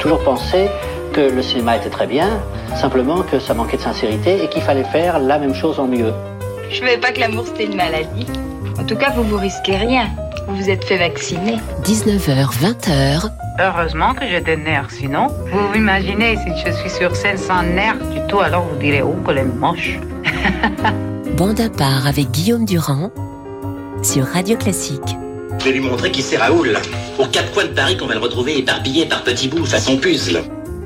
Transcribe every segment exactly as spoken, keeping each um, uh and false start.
toujours pensé que le cinéma était très bien, simplement que ça manquait de sincérité et qu'il fallait faire la même chose en mieux. Je savais pas que l'amour c'était une maladie. En tout cas, vous vous risquez rien. Vous vous êtes fait vacciner. dix-neuf heures, vingt heures. Heureusement que j'ai des nerfs, sinon, vous vous imaginez, si je suis sur scène sans nerfs du tout, alors vous direz, oh, qu'elle est moche. Bande à part avec Guillaume Durand sur Radio Classique. Je vais lui montrer qui c'est Raoul. Aux quatre coins de Paris qu'on va le retrouver éparpillé par petits bouts façon puzzle.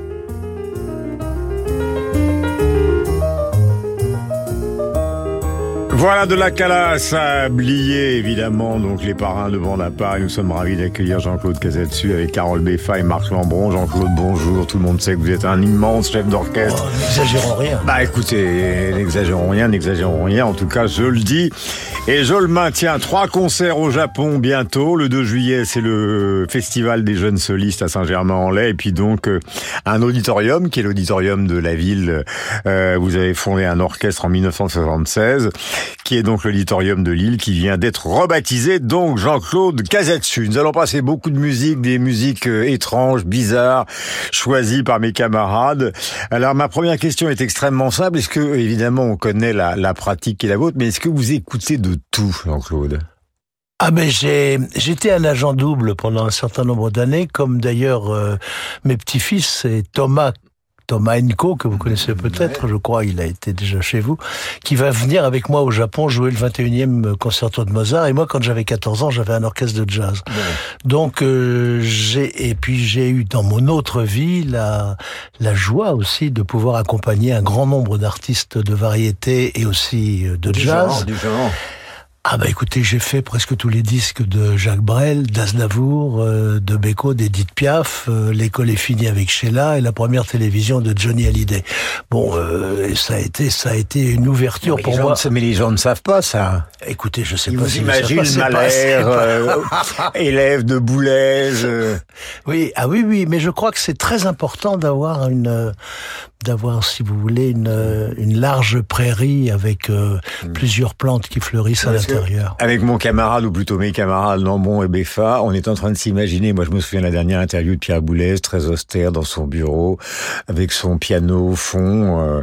Voilà de la calasse à Blier, évidemment, donc les parrains de Bande à part. Nous sommes ravis d'accueillir Jean-Claude Casadesus avec Carole Beffa et Marc Lambron. Jean-Claude, bonjour. Tout le monde sait que vous êtes un immense chef d'orchestre. Oh, n'exagérons rien. Bah écoutez, n'exagérons rien, n'exagérons rien. En tout cas, je le dis et je le maintiens. Trois concerts au Japon bientôt. Le deux juillet, c'est le Festival des jeunes solistes à Saint-Germain-en-Laye. Et puis donc, euh, un auditorium qui est l'auditorium de la ville. Euh, vous avez fondé un orchestre en dix-neuf cent soixante-seize. Qui est donc l'auditorium de Lille, qui vient d'être rebaptisé, donc Jean-Claude Casadesus. Nous allons passer beaucoup de musique, des musiques euh, étranges, bizarres, choisies par mes camarades. Alors ma première question est extrêmement simple. Est-ce que, évidemment, on connaît la, la pratique qui est la vôtre, mais est-ce que vous écoutez de tout, Jean-Claude ? Ah ben j'ai j'étais un agent double pendant un certain nombre d'années, comme d'ailleurs euh, mes petits-fils et Thomas Thomas Enko, que vous connaissez peut-être, je crois, il a été déjà chez vous, qui va venir avec moi au Japon jouer le vingt et unième concerto de Mozart. Et moi, quand j'avais quatorze ans, j'avais un orchestre de jazz. Ouais. Donc, euh, j'ai, et puis j'ai eu dans mon autre vie la, la joie aussi de pouvoir accompagner un grand nombre d'artistes de variété et aussi de du jazz. Genre, du genre. Ah bah écoutez, j'ai fait presque tous les disques de Jacques Brel, d'Aznavour, euh, de Beko, d'Edith Piaf, euh, l'école est finie avec Sheila et la première télévision de Johnny Hallyday. Bon, euh, ça a été, ça a été une ouverture pour moi. Ne, mais les gens ne savent pas ça. Écoutez, je sais Ils pas vous si imaginent vous Mahler, euh, élève de Boulez. Euh. Oui, ah oui, oui, mais je crois que c'est très important d'avoir une, d'avoir, si vous voulez, une, une large prairie avec euh, mmh. plusieurs plantes qui fleurissent Parce à l'intérieur. Avec mon camarade, ou plutôt mes camarades Lambron et Beffa, on est en train de s'imaginer, moi je me souviens de la dernière interview de Pierre Boulez, très austère dans son bureau, avec son piano au fond. Euh,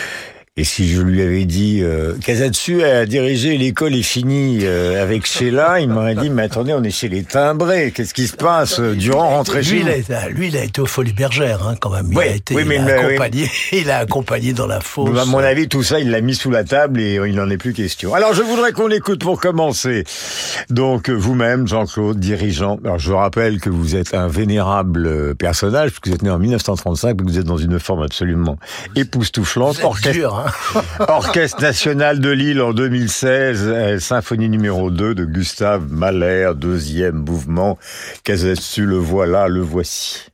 Et si je lui avais dit euh, Casadesus a dirigé l'école est finie euh, avec Sheila, il m'aurait dit mais attendez, on est chez les timbrés, qu'est-ce qui se passe? Durand rentré chez lui, il a, lui, il a été aux Folies Bergères, hein, quand même. Il oui, a été, oui, mais il a mais, accompagné, oui. il a accompagné dans la fosse. À mon avis, tout ça, il l'a mis sous la table et il n'en est plus question. Alors, je voudrais qu'on écoute pour commencer. Donc, vous-même, Jean-Claude, dirigeant. Alors, je rappelle que vous êtes un vénérable personnage, puisque vous êtes né en dix-neuf cent trente-cinq, que vous êtes dans une forme absolument époustouflante. Orchestre, dur, hein. Orchestre national de Lille en deux mille seize, euh, symphonie numéro deux de Gustave Mahler, deuxième mouvement. Casadesus, le voilà, le voici.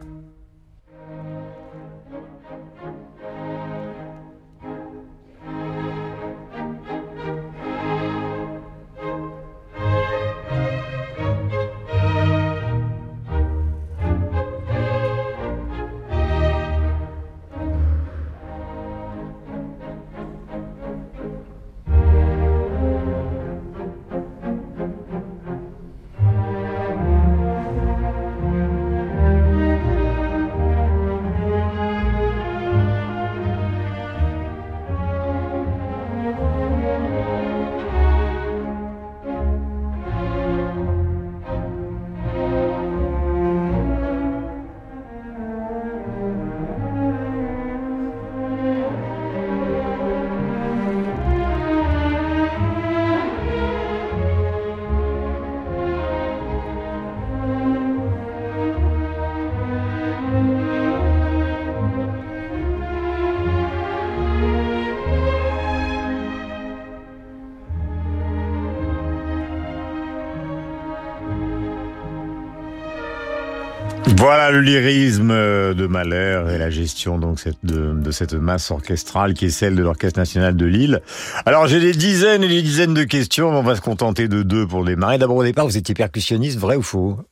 Voilà le lyrisme de Mahler et la gestion donc de, de cette masse orchestrale qui est celle de l'Orchestre national de Lille. Alors j'ai des dizaines et des dizaines de questions, mais on va se contenter de deux pour démarrer. D'abord au départ, vous étiez percussionniste, vrai ou faux ?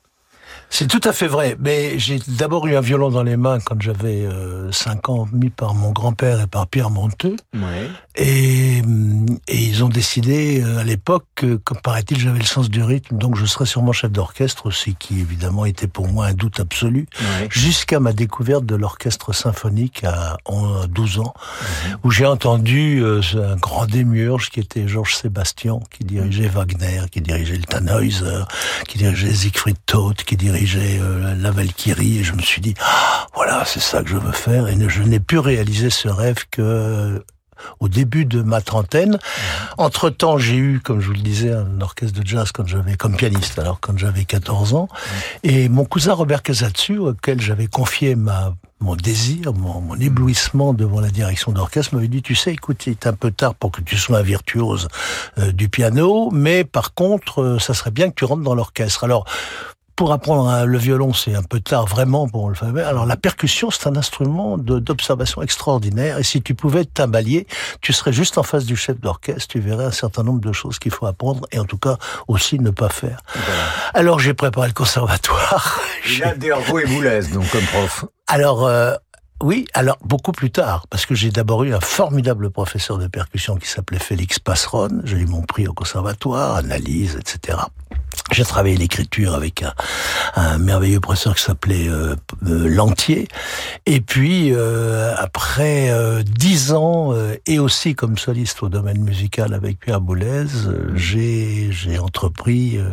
C'est tout à fait vrai, mais j'ai d'abord eu un violon dans les mains quand j'avais euh, cinq ans, mis par mon grand-père et par Pierre Monteux. Ouais. Et, et ils ont décidé euh, à l'époque que, comme paraît-il, j'avais le sens du rythme, donc je serais sûrement chef d'orchestre aussi, qui évidemment était pour moi un doute absolu, Ouais. jusqu'à ma découverte de l'orchestre symphonique à douze ans, mmh. où j'ai entendu euh, un grand démiurge qui était Georges Sébastien, qui dirigeait Wagner, qui dirigeait le Tannhäuser, qui dirigeait Siegfried Todt, qui dirigeait euh, la Valkyrie, et je me suis dit, ah, voilà, c'est ça que je veux faire, et je n'ai pu réaliser ce rêve que euh, au début de ma trentaine. Entre-temps, j'ai eu, comme je vous le disais, un orchestre de jazz quand j'avais, comme pianiste, alors quand j'avais quatorze ans, et mon cousin Robert Casatsu, auquel j'avais confié ma mon désir, mon, mon éblouissement devant la direction d'orchestre, m'avait dit, tu sais, écoute, il est un peu tard pour que tu sois un virtuose euh, du piano, mais par contre, euh, ça serait bien que tu rentres dans l'orchestre. Alors, pour apprendre le violon, c'est un peu tard vraiment pour le faire. Alors la percussion, c'est un instrument de, d'observation extraordinaire. Et si tu pouvais te timbalier, tu serais juste en face du chef d'orchestre. Tu verrais un certain nombre de choses qu'il faut apprendre et en tout cas aussi ne pas faire. Voilà. Alors j'ai préparé le conservatoire. Il a Dervaux et Boulez, donc comme prof. Alors. Euh, Oui, alors beaucoup plus tard, parce que j'ai d'abord eu un formidable professeur de percussion qui s'appelait Félix Passeron. J'ai eu mon prix au conservatoire, analyse, et cetera. J'ai travaillé l'écriture avec un, un merveilleux professeur qui s'appelait euh, euh, Lantier. Et puis, euh, après euh, dix ans, euh, et aussi comme soliste au domaine musical avec Pierre Boulez, euh, j'ai, j'ai entrepris euh,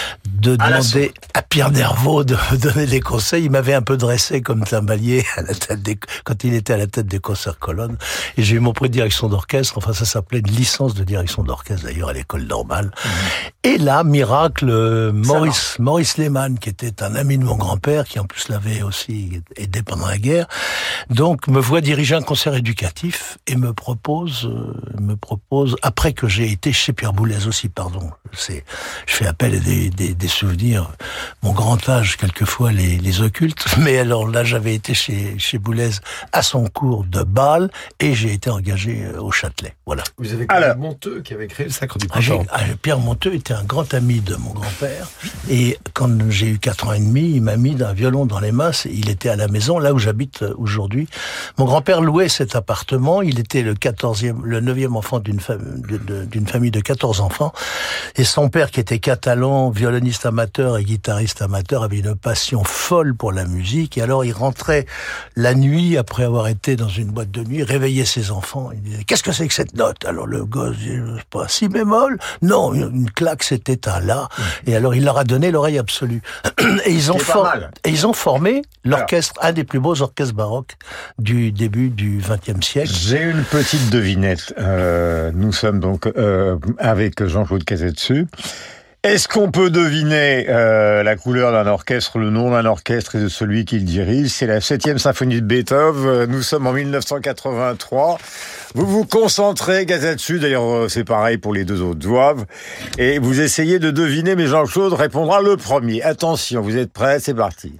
de à demander à Pierre Dervaux de me donner des conseils. Il m'avait un peu dressé comme timbalier à la tête des, quand il était à la tête des concerts colonnes. Et j'ai eu mon prix de direction d'orchestre. Enfin, ça s'appelait une licence de direction d'orchestre, d'ailleurs, à l'école normale. Mmh. Et là, miracle, euh, Maurice, Maurice Lehmann, qui était un ami de mon grand-père, qui en plus l'avait aussi aidé pendant la guerre, donc me voit diriger un concert éducatif et me propose, euh, me propose, après que j'ai été chez Pierre Boulez aussi, pardon, c'est, je fais appel à des, des, des souvenirs, mon grand âge, quelquefois les, les occultes, mais alors là, j'avais été chez, chez Boulez à son cours de Bâle et j'ai été engagé au Châtelet, voilà. Vous avez connu Monteux qui avait créé le Sacre du Printemps. Ah, Pierre Monteux était un grand ami de mon grand-père et quand j'ai eu quatre ans et demi, il m'a mis un violon dans les mains, il était à la maison, là où j'habite aujourd'hui. Mon grand-père louait cet appartement, il était le quatorzième, le neuvième enfant d'une famille, d'une famille de quatorze enfants et son père qui était catalan, violoniste amateur et guitariste amateur, avait une passion folle pour la musique et alors il rentrait la nuit après avoir été dans une boîte de nuit, réveillait ses enfants, il disait qu'est-ce que c'est que cette note? Alors le gosse dit je sais pas, si bémol? Non, une claque, c'était un la. Mmh. Et alors il leur a donné l'oreille absolue. Et ils ont for- et ils ont formé l'orchestre, alors, un des plus beaux orchestres baroques du début du vingtième siècle. J'ai une petite devinette. Euh, nous sommes donc euh, avec Jean-Claude Casatsu. Est-ce qu'on peut deviner euh, la couleur d'un orchestre, le nom d'un orchestre et de celui qui le dirige? C'est la septième symphonie de Beethoven. Nous sommes en dix-neuf cent quatre-vingt-trois. Vous vous concentrez, Casatsu, d'ailleurs c'est pareil pour les deux autres doivent, et vous essayez de deviner, mais Jean-Claude répondra le premier. Attention, vous êtes prêts? C'est parti.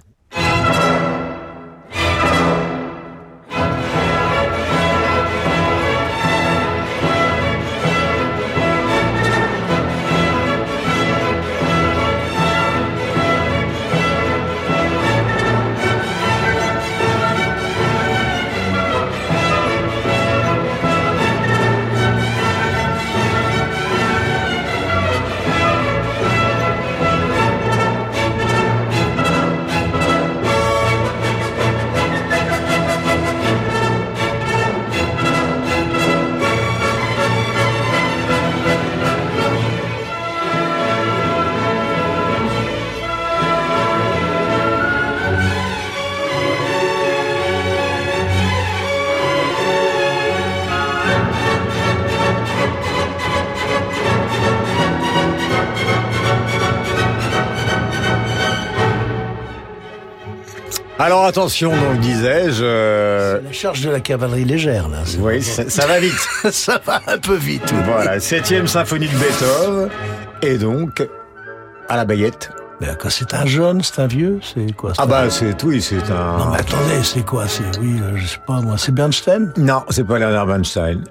Alors attention, donc disais-je... Euh... C'est la charge de la cavalerie légère, là. Oui, ça, ça va vite. Ça va un peu vite. Voilà, septième symphonie de Beethoven, et donc, à la Bayette. Ben, quand c'est un jeune, c'est un vieux, c'est quoi? C'est ah un... bah, c'est, oui, c'est un... Non mais attendez, c'est quoi? C'est, oui, euh, je sais pas moi, c'est Bernstein? Non, c'est pas Leonard Bernstein.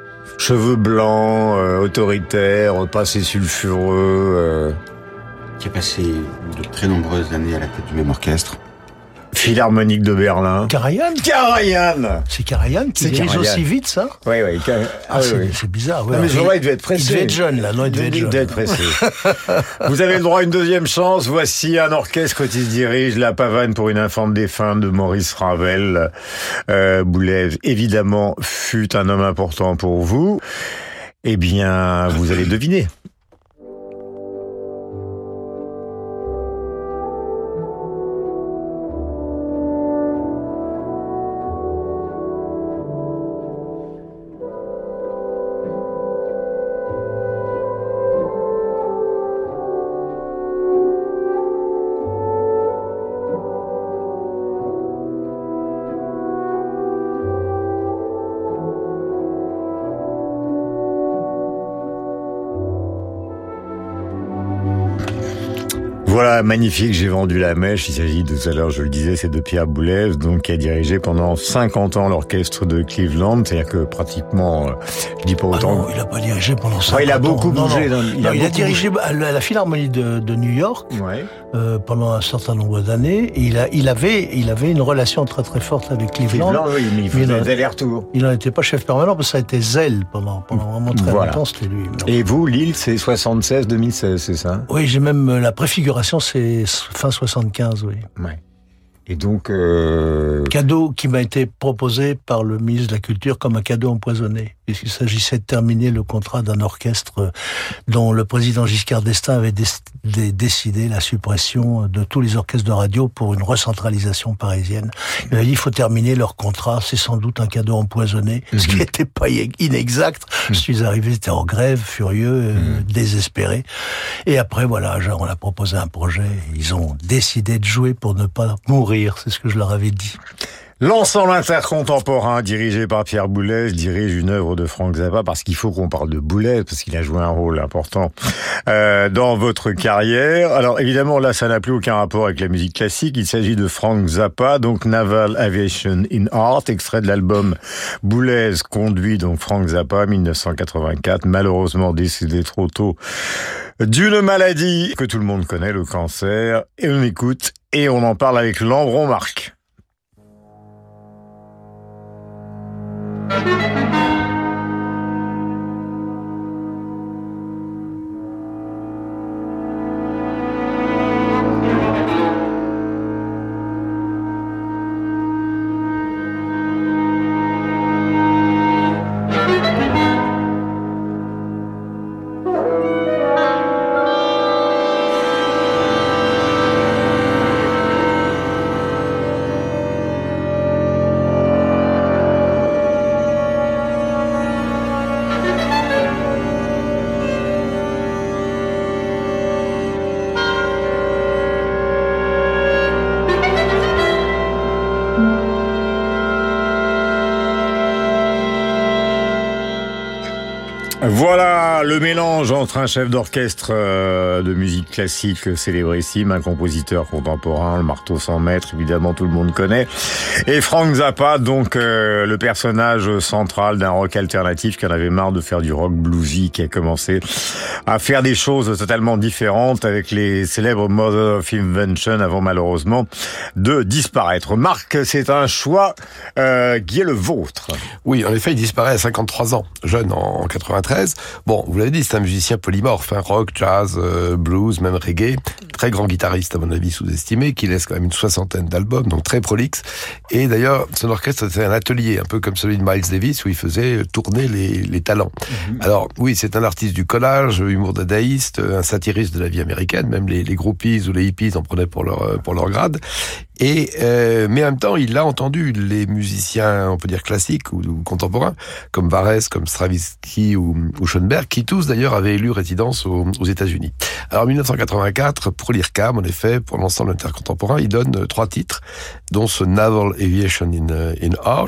Cheveux blancs, euh, autoritaires, passé sulfureux... Euh... passé de très nombreuses années à la tête du même orchestre. Philharmonique de Berlin. Karajan Karajan C'est Karajan qui dirige aussi vite, ça? Oui, oui. Car... Ah, ah, c'est, oui. c'est bizarre. Ouais. Non, mais je vois, il devait être pressé. Il devait être jeune, là. Non, il devait être jeune. Il devait être pressé. Vous avez le droit à une deuxième chance. Voici un orchestre qui se dirige, La Pavane pour une infâme défunte de Maurice Ravel. Euh, Boulez, évidemment, fut un homme important pour vous. Eh bien, vous allez deviner. Voilà, magnifique, j'ai vendu la mèche. Il s'agit, tout à l'heure, je le disais, c'est de Pierre Boulez, donc, qui a dirigé pendant cinquante ans l'orchestre de Cleveland. C'est-à-dire que pratiquement, je dis pas autant. Ah non, il a pas dirigé pendant cinquante ans. Ouais, il a beaucoup non, bougé. Non, non, il, non, a, il beaucoup a dirigé bougé. à la, la Philharmonie de, de New York ouais. euh, pendant un certain nombre d'années. Et il, a, il, avait, il avait une relation très très forte avec Cleveland. Cleveland, oui, mais il faisait des allers-retours. Il n'en était pas chef permanent, parce que ça a été Zell pendant, pendant vraiment très voilà. longtemps, c'était lui. Donc. Et vous, Lille, c'est soixante-seize deux mille seize, c'est ça? Oui, j'ai même la préfiguration, c'est fin soixante-quinze, oui. Ouais. Et donc... Euh... Cadeau qui m'a été proposé par le ministre de la Culture comme un cadeau empoisonné, puisqu'il s'agissait de terminer le contrat d'un orchestre dont le président Giscard d'Estaing avait dé- décidé la suppression de tous les orchestres de radio pour une recentralisation parisienne. Il m'a dit, il faut terminer leur contrat, c'est sans doute un cadeau empoisonné, mm-hmm. ce qui n'était pas inexact. Mm-hmm. Je suis arrivé, j'étais en grève, furieux, mm-hmm. euh, désespéré. Et après, voilà, genre, on a proposé un projet, ils ont décidé de jouer pour ne pas mourir. C'est ce que je leur avais dit. L'ensemble intercontemporain dirigé par Pierre Boulez dirige une œuvre de Frank Zappa parce qu'il faut qu'on parle de Boulez parce qu'il a joué un rôle important euh, dans votre carrière. Alors évidemment là ça n'a plus aucun rapport avec la musique classique. Il s'agit de Frank Zappa, donc Naval Aviation in Art, extrait de l'album Boulez conduit donc Frank Zappa dix-neuf cent quatre-vingt-quatre, malheureusement décédé trop tôt d'une maladie que tout le monde connaît, le cancer. Et on écoute et on en parle avec Lambron Marc. Voilà le mélange entre un chef d'orchestre euh, de musique classique célébrissime, un compositeur contemporain, le marteau sans maître, évidemment tout le monde connaît, et Frank Zappa, donc euh, le personnage central d'un rock alternatif qui en avait marre de faire du rock bluesy, qui a commencé à faire des choses totalement différentes avec les célèbres Mother of Invention avant malheureusement de disparaître. Marc, c'est un choix euh, qui est le vôtre. Oui, en effet, il disparaît à cinquante-trois ans, jeune en quatre-vingt-treize. Bon, vous l'avez dit, c'est un musicien polymorphe, hein, rock, jazz, euh, blues, même reggae. Très grand guitariste, à mon avis, sous-estimé, qui laisse quand même une soixantaine d'albums, donc très prolixe. Et d'ailleurs, son orchestre, c'était un atelier, un peu comme celui de Miles Davis, où il faisait tourner les, les talents. Mmh. Alors, oui, c'est un artiste du collage, humour dadaïste, un satiriste de la vie américaine, même les, les groupies ou les hippies en prenaient pour leur, pour leur grade. Et euh, mais en même temps, il a entendu les musiciens, on peut dire classiques ou, ou contemporains, comme Varese, comme Stravinsky ou, ou Schoenberg, qui tous d'ailleurs avaient élu résidence aux, aux États-Unis. Alors en dix-neuf cent quatre-vingt-quatre, pour l'I R C A M, en effet, pour l'ensemble intercontemporain, il donne trois titres, dont ce Naval Aviation in, in Art,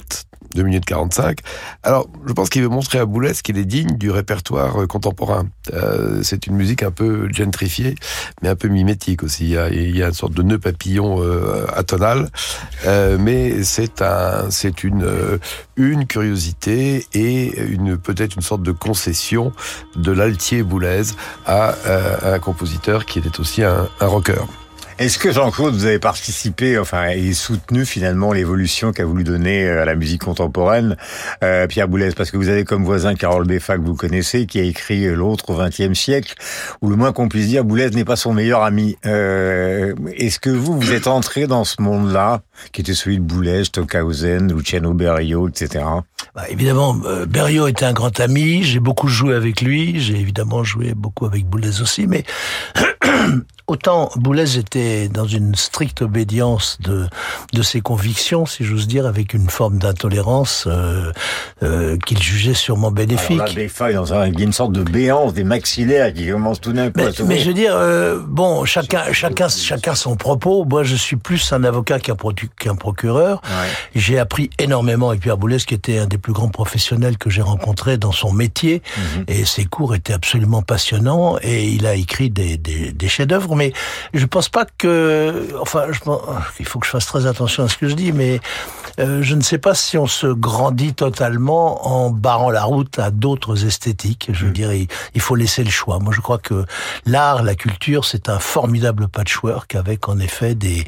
deux minutes quarante-cinq. Alors, je pense qu'il veut montrer à Boulez qu'il est digne du répertoire contemporain. Euh, c'est une musique un peu gentrifiée, mais un peu mimétique aussi. Il y a, il y a une sorte de nœud papillon euh, atonal, euh, mais c'est un, c'est une, euh, une curiosité et une peut-être une sorte de concession de l'altier Boulez à, à un compositeur qui était aussi un, un rocker. Est-ce que Jean-Claude, vous avez participé, enfin, et soutenu finalement l'évolution qu'a voulu donner à la musique contemporaine euh, Pierre Boulez, parce que vous avez comme voisin Carole Beffa, que vous connaissez, qui a écrit L'autre au vingtième siècle, où le moins qu'on puisse dire, Boulez n'est pas son meilleur ami. Euh, est-ce que vous, vous êtes entré dans ce monde-là, qui était celui de Boulez, Stockhausen, Luciano Berio, et cetera? Bah, évidemment, euh, Berio était un grand ami, j'ai beaucoup joué avec lui, j'ai évidemment joué beaucoup avec Boulez aussi, mais autant Boulez était dans une stricte obédience de de ses convictions, si j'ose dire, avec une forme d'intolérance euh, euh, qu'il jugeait sûrement bénéfique. Alors là, Beffa, dans un, il y a une sorte de béance des maxillaires qui commence tout d'un coup mais, à mais je veux dire, euh, bon, chacun, chacun, chacun son propos. Moi, je suis plus un avocat qu'un, pro- qu'un procureur. Ouais. J'ai appris énormément avec Pierre Boulez, qui était un des plus grands professionnels que j'ai rencontrés dans son métier. Mm-hmm. Et ses cours étaient absolument passionnants. Et il a écrit des, des, des chefs-d'œuvre. Mais je pense pas que, enfin, je pense, il faut que je fasse très attention à ce que je dis, mais euh, je ne sais pas si on se grandit totalement en barrant la route à d'autres esthétiques. Je veux mmh. dire, il, il faut laisser le choix. Moi, je crois que l'art, la culture, c'est un formidable patchwork avec, en effet, des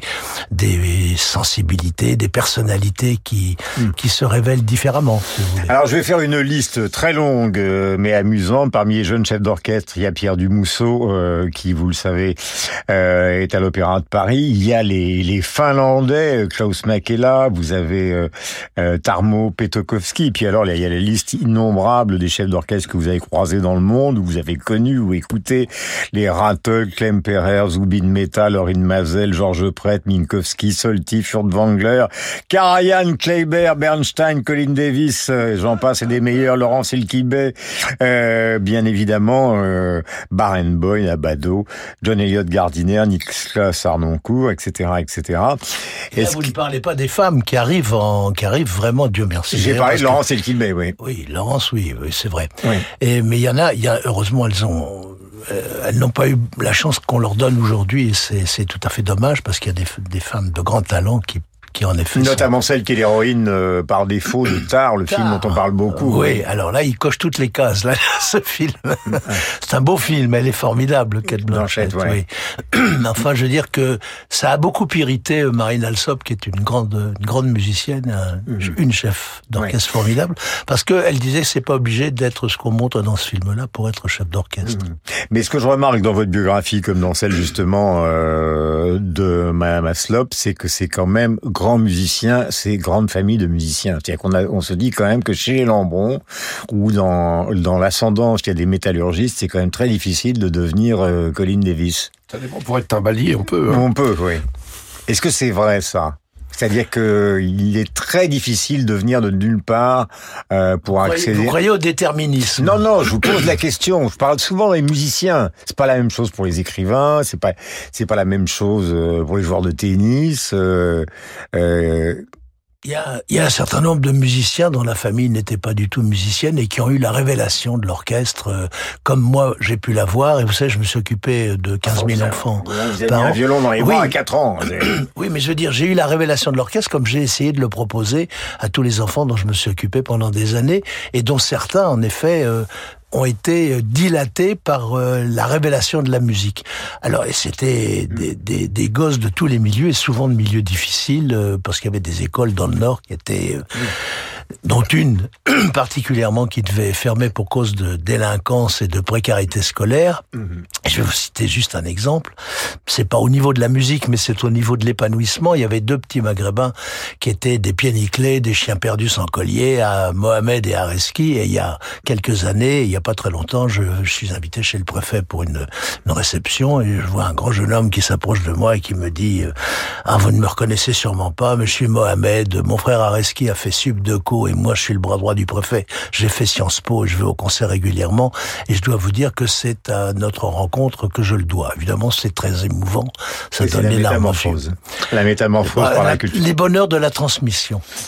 des sensibilités, des personnalités qui mmh. qui se révèlent différemment. Si vous voulez. Alors, je vais faire une liste très longue, euh, mais amusante. Parmi les jeunes chefs d'orchestre, il y a Pierre Dumousseau, euh, qui, vous le savez, euh, est à l'Opéra de Paris. Il y a les les Finlandais, Klaus Mäkelä, vous avez euh, euh, Tarmo Petokowski, puis alors il y a les listes innombrables des chefs d'orchestre que vous avez croisés dans le monde, où vous avez connu ou écouté les Rattle, Clem Perer, Zubin Mehta, Lorin Maazel, Georges Prête, Minkowski, Solti, Furtwängler, Karajan, Kleiber, Bernstein, Colin Davis, euh, j'en passe, et des meilleurs, Laurent Silkibay, euh, bien évidemment, euh, Barenboim, Abado, John Elliott Gardiner, Niklas Harnoncourt, et cetera, et cetera. Et là, vous ne que... parlez pas des femmes qui arrivent en, qui arrivent vraiment, Dieu merci. J'ai parlé de Laurence Elkilbey, oui. Oui, Laurence, oui, oui, c'est vrai. Oui. Et, mais il y en a, il y a, heureusement, elles ont, euh, elles n'ont pas eu la chance qu'on leur donne aujourd'hui, et c'est, c'est tout à fait dommage, parce qu'il y a des, des femmes de grand talent qui qui en effet notamment sont... celle qui est l'héroïne euh, par défaut de Tar, le Tar. film dont on parle beaucoup. Oui, oui, alors là, il coche toutes les cases, là, ce film. C'est un beau film, elle est formidable, Cate Blanchett. Ouais. Oui. Enfin, je veux dire que ça a beaucoup irrité Marine Alsop, qui est une grande, une grande musicienne, un, mm-hmm. une chef d'orchestre ouais. formidable, parce qu'elle disait que c'est pas obligé d'être ce qu'on montre dans ce film-là pour être chef d'orchestre. Mm-hmm. Mais ce que je remarque dans votre biographie, comme dans celle justement euh, de Madame Alsop, c'est que c'est quand même grands musiciens, c'est grande famille de musiciens. C'est-à-dire qu'on a, on se dit quand même que chez les Lambron, ou dans, dans l'ascendance, il y a des métallurgistes, c'est quand même très difficile de devenir euh, Colin Davis. Ça dépend, pour être timbalier, on peut. Hein. On peut, oui. Est-ce que c'est vrai, ça? C'est-à-dire que il est très difficile de venir de nulle part euh, pour vous accéder. Croyez, vous croyez au déterminisme? Non, non, je vous pose la question. Je parle souvent des musiciens. C'est pas la même chose pour les écrivains. C'est pas, c'est pas la même chose pour les joueurs de tennis. Euh, euh, Il y a, il y a un certain nombre de musiciens dont la famille n'était pas du tout musicienne et qui ont eu la révélation de l'orchestre, euh, comme moi j'ai pu l'avoir. Et vous savez, je me suis occupé de quinze mille enfants. Vous avez mis un violon dans les bras oui. à quatre ans. Oui, mais je veux dire, j'ai eu la révélation de l'orchestre comme j'ai essayé de le proposer à tous les enfants dont je me suis occupé pendant des années et dont certains, en effet, euh, ont été dilatés par euh, la révélation de la musique. Alors, et c'était des, des, des gosses de tous les milieux, et souvent de milieux difficiles, euh, parce qu'il y avait des écoles dans le Nord qui étaient... Euh, dont une particulièrement qui devait fermer pour cause de délinquance et de précarité scolaire. Mm-hmm. Je vais vous citer juste un exemple. C'est pas au niveau de la musique, mais c'est au niveau de l'épanouissement. Il y avait deux petits maghrébins qui étaient des pieds nickelés, des chiens perdus sans collier, à Mohamed et Areski. Et il y a quelques années, il y a pas très longtemps, je, je suis invité chez le préfet pour une, une réception et je vois un grand jeune homme qui s'approche de moi et qui me dit « Ah, vous ne me reconnaissez sûrement pas, mais je suis Mohamed. Mon frère Areski a fait sub de co et moi je suis le bras droit du préfet. J'ai fait Sciences Po et je vais au concert régulièrement et je dois vous dire que c'est à notre rencontre que je le dois. Évidemment, c'est très émouvant. Ça et donne la les larmes aux yeux. métamorphose. La métamorphose bah, par la, la culture. Les bonheurs de la transmission.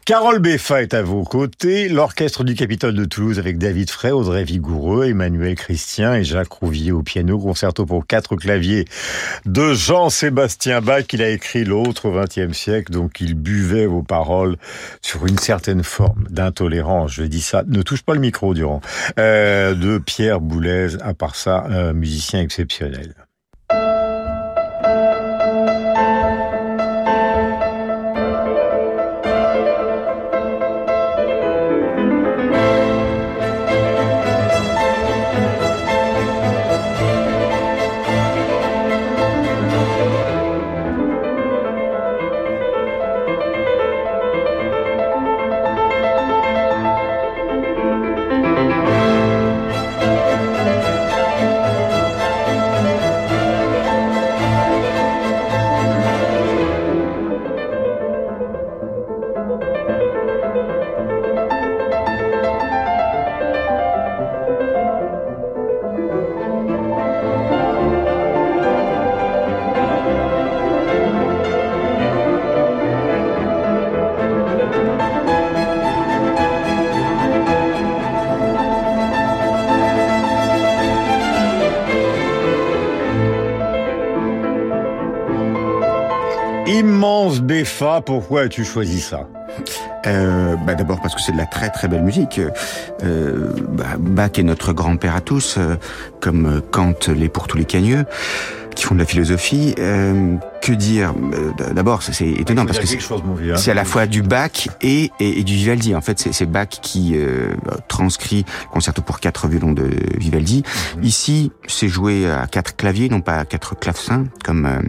Carole Beffa est à vos côtés. L'orchestre du Capitole de Toulouse avec David Frey, Audrey Vigoureux, Emmanuel Christian et Jacques Rouvier au piano. Concerto pour quatre claviers de Jean-Sébastien Bach. Il a écrit l'autre au vingtième siècle, donc il buvait vos paroles sur une certaine forme d'intolérance. Je dis ça, ne touche pas le micro, Durand. Euh, de Pierre Boulez, à part ça, un musicien exceptionnel. Immense Beffa, pourquoi as-tu choisi ça ? Euh, bah d'abord parce que c'est de la très très belle musique. Euh, bah, Bach est notre grand-père à tous, euh, comme Kant l'est pour tous les cagneux qui font de la philosophie. Euh, que dire ? euh, D'abord, c'est, c'est étonnant parce que c'est, chose, vieux, hein. c'est à la fois du Bach et, et, et du Vivaldi. En fait, c'est, c'est Bach qui euh, transcrit le concerto pour quatre violons de Vivaldi. Mm-hmm. Ici, c'est joué à quatre claviers, non pas à quatre clavecins, comme euh,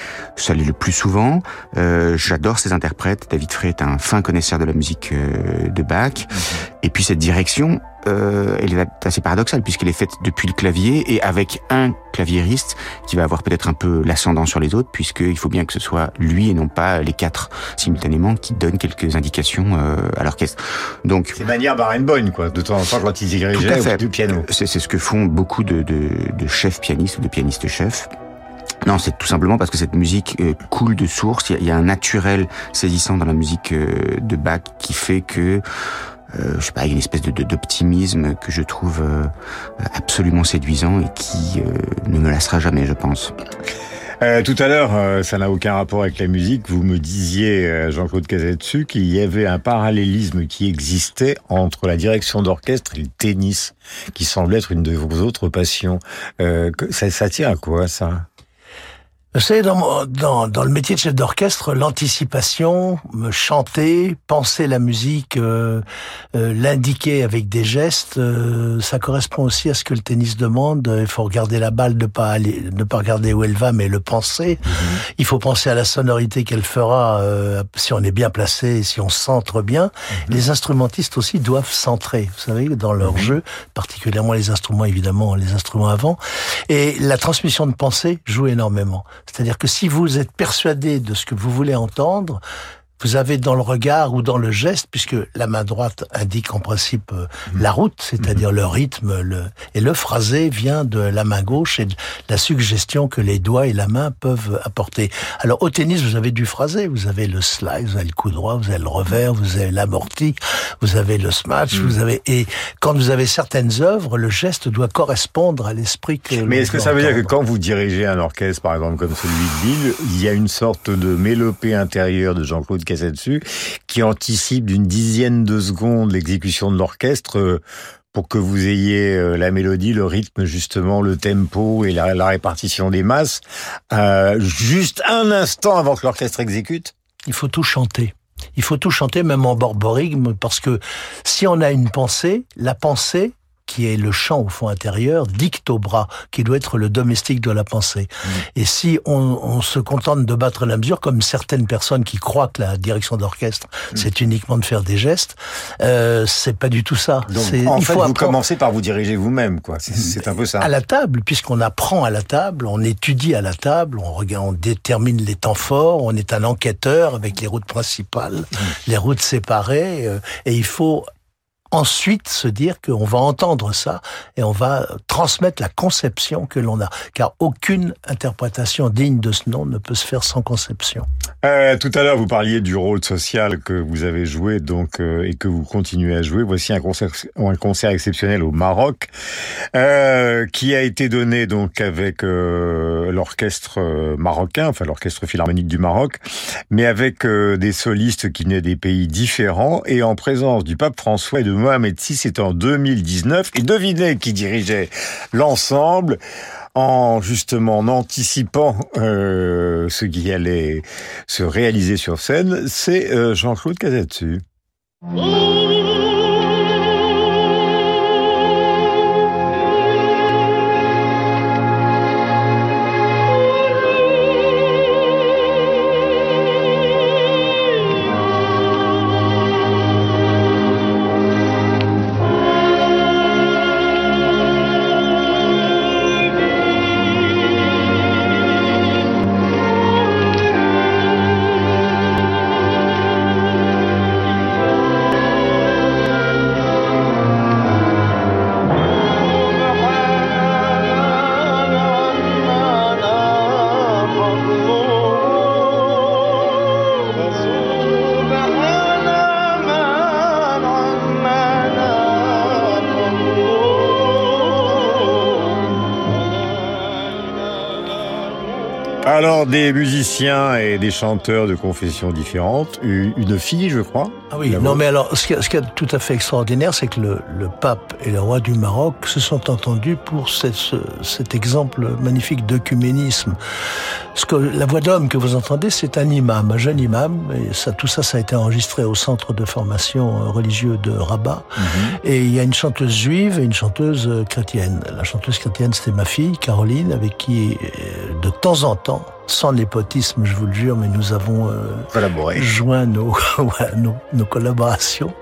ça l'est le plus souvent. Euh, j'adore ces interprètes. David Frey est un fin connaisseur de la musique euh, de Bach. Mm-hmm. Et puis cette direction, euh, elle est assez paradoxale puisqu'elle est faite depuis le clavier et avec un claviériste qui va avoir peut-être un peu l'ascendant sur les autres, puisqu'il faut bien que ce soit lui et non pas les quatre simultanément qui donnent quelques indications euh, à l'orchestre. Donc c'est manière Barenboim, quoi, de temps en temps quand ils dirigeaient du piano. C'est, c'est ce que font beaucoup de, de, de chefs pianistes ou de pianistes chefs. Non, c'est tout simplement parce que cette musique euh, coule de source. Il y, y a un naturel saisissant dans la musique euh, de Bach qui fait que Euh, je sais pas, il y a une espèce de, de, d'optimisme que je trouve euh, absolument séduisant et qui euh, ne me lassera jamais, je pense. Euh, tout à l'heure, euh, ça n'a aucun rapport avec la musique, vous me disiez, euh, Jean-Claude Casadesus, qu'il y avait un parallélisme qui existait entre la direction d'orchestre et le tennis, qui semble être une de vos autres passions. Euh, ça, ça tient à quoi, ça ? Vous savez, dans, dans, dans le métier de chef d'orchestre, l'anticipation, chanter, penser la musique, euh, euh, l'indiquer avec des gestes, euh, ça correspond aussi à ce que le tennis demande. Il faut regarder la balle, ne pas aller, ne pas regarder où elle va, mais le penser. Mm-hmm. Il faut penser à la sonorité qu'elle fera euh, si on est bien placé, si on centre bien. Mm-hmm. Les instrumentistes aussi doivent centrer, vous savez, dans leur mm-hmm. jeu, particulièrement les instruments, évidemment, les instruments avant. Et la transmission de pensée joue énormément. C'est-à-dire que si vous êtes persuadé de ce que vous voulez entendre, vous avez dans le regard ou dans le geste, puisque la main droite indique en principe euh, mmh. la route, c'est-à-dire mmh. le rythme, le, et le phrasé vient de la main gauche et de la suggestion que les doigts et la main peuvent apporter. Alors au tennis, vous avez du phrasé, vous avez le slide, vous avez le coup droit, vous avez le revers, vous avez l'amorti, vous avez le smash, mmh. vous avez et quand vous avez certaines œuvres, le geste doit correspondre à l'esprit que. Mais est-ce que ça veut dire que quand vous dirigez un orchestre, par exemple comme celui de Lille, il y a une sorte de mélopée intérieure de Jean-Claude Casadesus, qui anticipe d'une dizaine de secondes l'exécution de l'orchestre euh, pour que vous ayez euh, la mélodie, le rythme, justement, le tempo et la, la répartition des masses, euh, juste un instant avant que l'orchestre exécute? Il faut tout chanter. Il faut tout chanter, même en borborigme, parce que si on a une pensée, la pensée, qui est le chant au fond intérieur, dicte au bras, qui doit être le domestique de la pensée. Mmh. Et si on, on se contente de battre la mesure, comme certaines personnes qui croient que la direction d'orchestre, mmh. c'est uniquement de faire des gestes, euh, c'est pas du tout ça. Donc, c'est, en il fait, faut vous apprendre... commencez par vous diriger vous-même, quoi. C'est, c'est un peu ça. À la table, puisqu'on apprend à la table, on étudie à la table, on regarde, on détermine les temps forts, on est un enquêteur avec les routes principales, mmh. les routes séparées, euh, et il faut ensuite se dire qu'on va entendre ça et on va transmettre la conception que l'on a. Car aucune interprétation digne de ce nom ne peut se faire sans conception. Euh, tout à l'heure, vous parliez du rôle social que vous avez joué donc euh, et que vous continuez à jouer. Voici un concert, un concert exceptionnel au Maroc euh, qui a été donné donc avec euh, l'orchestre marocain, enfin l'orchestre philharmonique du Maroc, mais avec euh, des solistes qui venaient des pays différents et en présence du pape François et de Mohamed six. C'était en deux mille dix-neuf. Et devinez qui dirigeait l'ensemble en justement en anticipant euh, ce qui allait se réaliser sur scène, c'est euh, Jean-Claude Casadesus. Alors, des musiciens et des chanteurs de confessions différentes, une fille, je crois. Ah oui, non mais alors, ce qui est, ce qui est tout à fait extraordinaire, c'est que le, le pape et le roi du Maroc se sont entendus pour cette, ce, cet exemple magnifique d'œcuménisme. Ce que, la voix d'homme que vous entendez, c'est un imam, un jeune imam, et ça, tout ça, ça a été enregistré au centre de formation religieux de Rabat. Mm-hmm. Et il y a une chanteuse juive et une chanteuse chrétienne. La chanteuse chrétienne, c'était ma fille, Caroline, avec qui, de temps en temps, sans népotisme, je vous le jure, mais nous avons euh, collaboré, joint nos, nos, nos collaborations.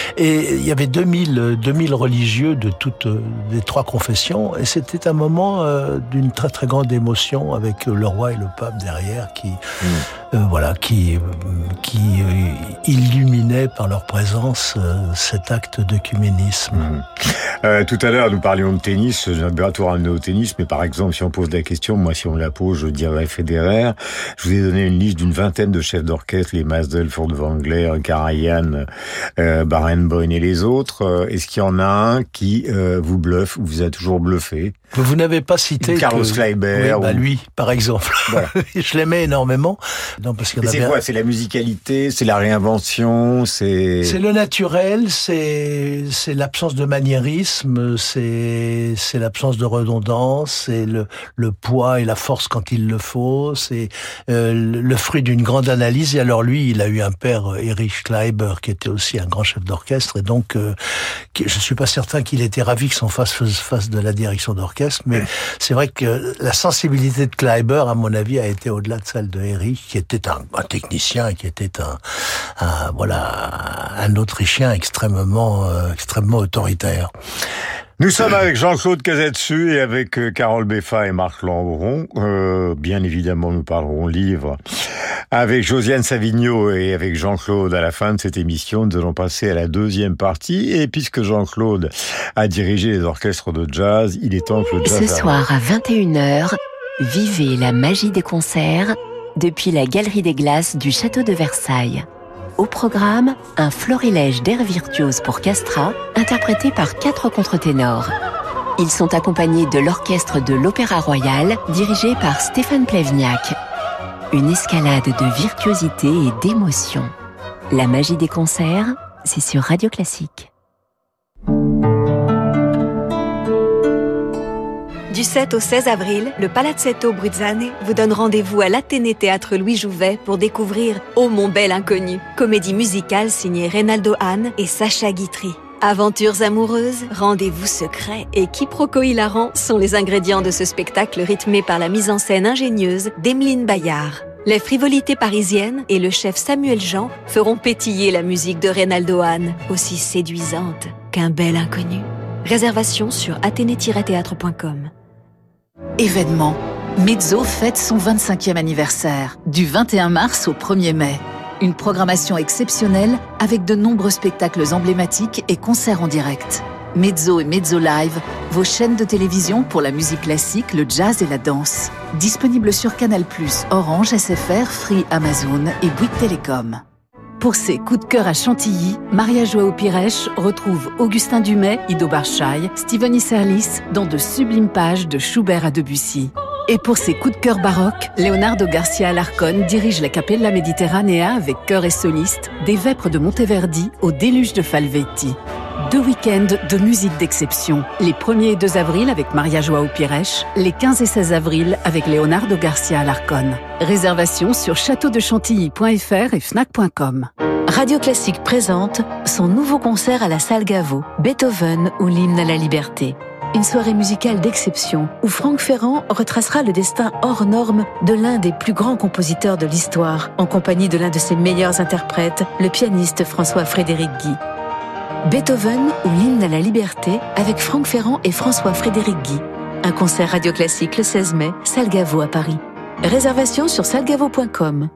Et il y avait deux mille, deux mille religieux de toutes les trois confessions, et c'était un moment euh, d'une très très grande émotion avec le roi et le pape derrière qui, mmh. euh, voilà, qui, qui euh, illuminaient par leur présence euh, cet acte d'œcuménisme. Mmh. Euh, tout à l'heure, nous parlions de tennis. J'ai bientôt ramené au tennis, mais par exemple, si on pose la question, moi, si on me la pose, je dirais Federer. Je vous ai donné une liste d'une vingtaine de chefs d'orchestre, les Masdel, Furtwängler, Karajan, euh, Barenboim et les autres. Est-ce qu'il y en a un qui euh, vous bluffe ou vous a toujours bluffé? Vous n'avez pas cité Carlos que... Kleiber. Oui, bah ou... lui, par exemple. Voilà. Je l'aimais énormément. Non, parce qu'il y en c'est avait... quoi? C'est la musicalité, c'est la réinvention, c'est... C'est le naturel, c'est c'est l'absence de maniérisme, c'est c'est l'absence de redondance, c'est le le poids et la force quand il le faut, c'est euh, le fruit d'une grande analyse. Et alors lui, il a eu un père, Erich Kleiber, qui était aussi un grand chef d'orchestre, et donc euh, je suis pas certain qu'il était ravi que son fils fasse de la direction d'orchestre. Mais c'est vrai que la sensibilité de Kleiber, à mon avis, a été au-delà de celle de Erich, qui était un, un technicien, qui était un, un voilà, un Autrichien extrêmement, euh, extrêmement autoritaire. Nous sommes avec Jean-Claude Casadesus et avec euh, Carole Beffa et Marc Lambron. Euh, bien évidemment, nous parlerons livre avec Josiane Savigno et avec Jean-Claude. À la fin de cette émission, nous allons passer à la deuxième partie. Et puisque Jean-Claude a dirigé les orchestres de jazz, il est temps que le jazz... Ce soir à vingt et une heures, vivez la magie des concerts depuis la Galerie des Glaces du Château de Versailles. Au programme, un florilège d'air virtuose pour Castra, interprété par quatre contre-ténors. Ils sont accompagnés de l'orchestre de l'Opéra Royal, dirigé par Stéphane Plevniak. Une escalade de virtuosité et d'émotion. La magie des concerts, c'est sur Radio Classique. Du sept au seize avril, le Palazzetto Bruzzane vous donne rendez-vous à l'Athénée Théâtre Louis Jouvet pour découvrir Ô mon bel inconnu, comédie musicale signée Reynaldo Hahn et Sacha Guitry. Aventures amoureuses, rendez-vous secrets et quiproquos hilarants sont les ingrédients de ce spectacle rythmé par la mise en scène ingénieuse d'Emeline Bayard. Les frivolités parisiennes et le chef Samuel Jean feront pétiller la musique de Reynaldo Hahn, aussi séduisante qu'un bel inconnu. Réservation sur athénée tiret théâtre point com. Événement. Mezzo fête son vingt-cinquième anniversaire, du vingt et un mars au premier mai. Une programmation exceptionnelle avec de nombreux spectacles emblématiques et concerts en direct. Mezzo et Mezzo Live, vos chaînes de télévision pour la musique classique, le jazz et la danse. Disponible sur Canal plus, Orange, S F R, Free, Amazon et Bouygues Télécom. Pour ses coups de cœur à Chantilly, Maria Joao Pires retrouve Augustin Dumay, Ido Barchaï, Steven Isserlis dans de sublimes pages de Schubert à Debussy. Et pour ses coups de cœur baroques, Leonardo Garcia Alarcón dirige la Cappella Mediterranea avec chœur et soliste, des Vêpres de Monteverdi au déluge de Falvetti. Deux week-ends de musique d'exception. Les premier et deux avril avec Maria Joao Pires, les quinze et seize avril avec Leonardo Garcia Alarcón. Réservation sur château de chantilly point f r et fnac point com. Radio Classique présente son nouveau concert à la Salle Gaveau, Beethoven ou l'hymne à la liberté. Une soirée musicale d'exception où Franck Ferrand retracera le destin hors norme de l'un des plus grands compositeurs de l'histoire, en compagnie de l'un de ses meilleurs interprètes, le pianiste François-Frédéric Guy. Beethoven ou l'hymne à la liberté avec Franck Ferrand et François-Frédéric Guy. Un concert Radio Classique le seize mai, Salle Gaveau à Paris. Réservation sur salle gaveau point com.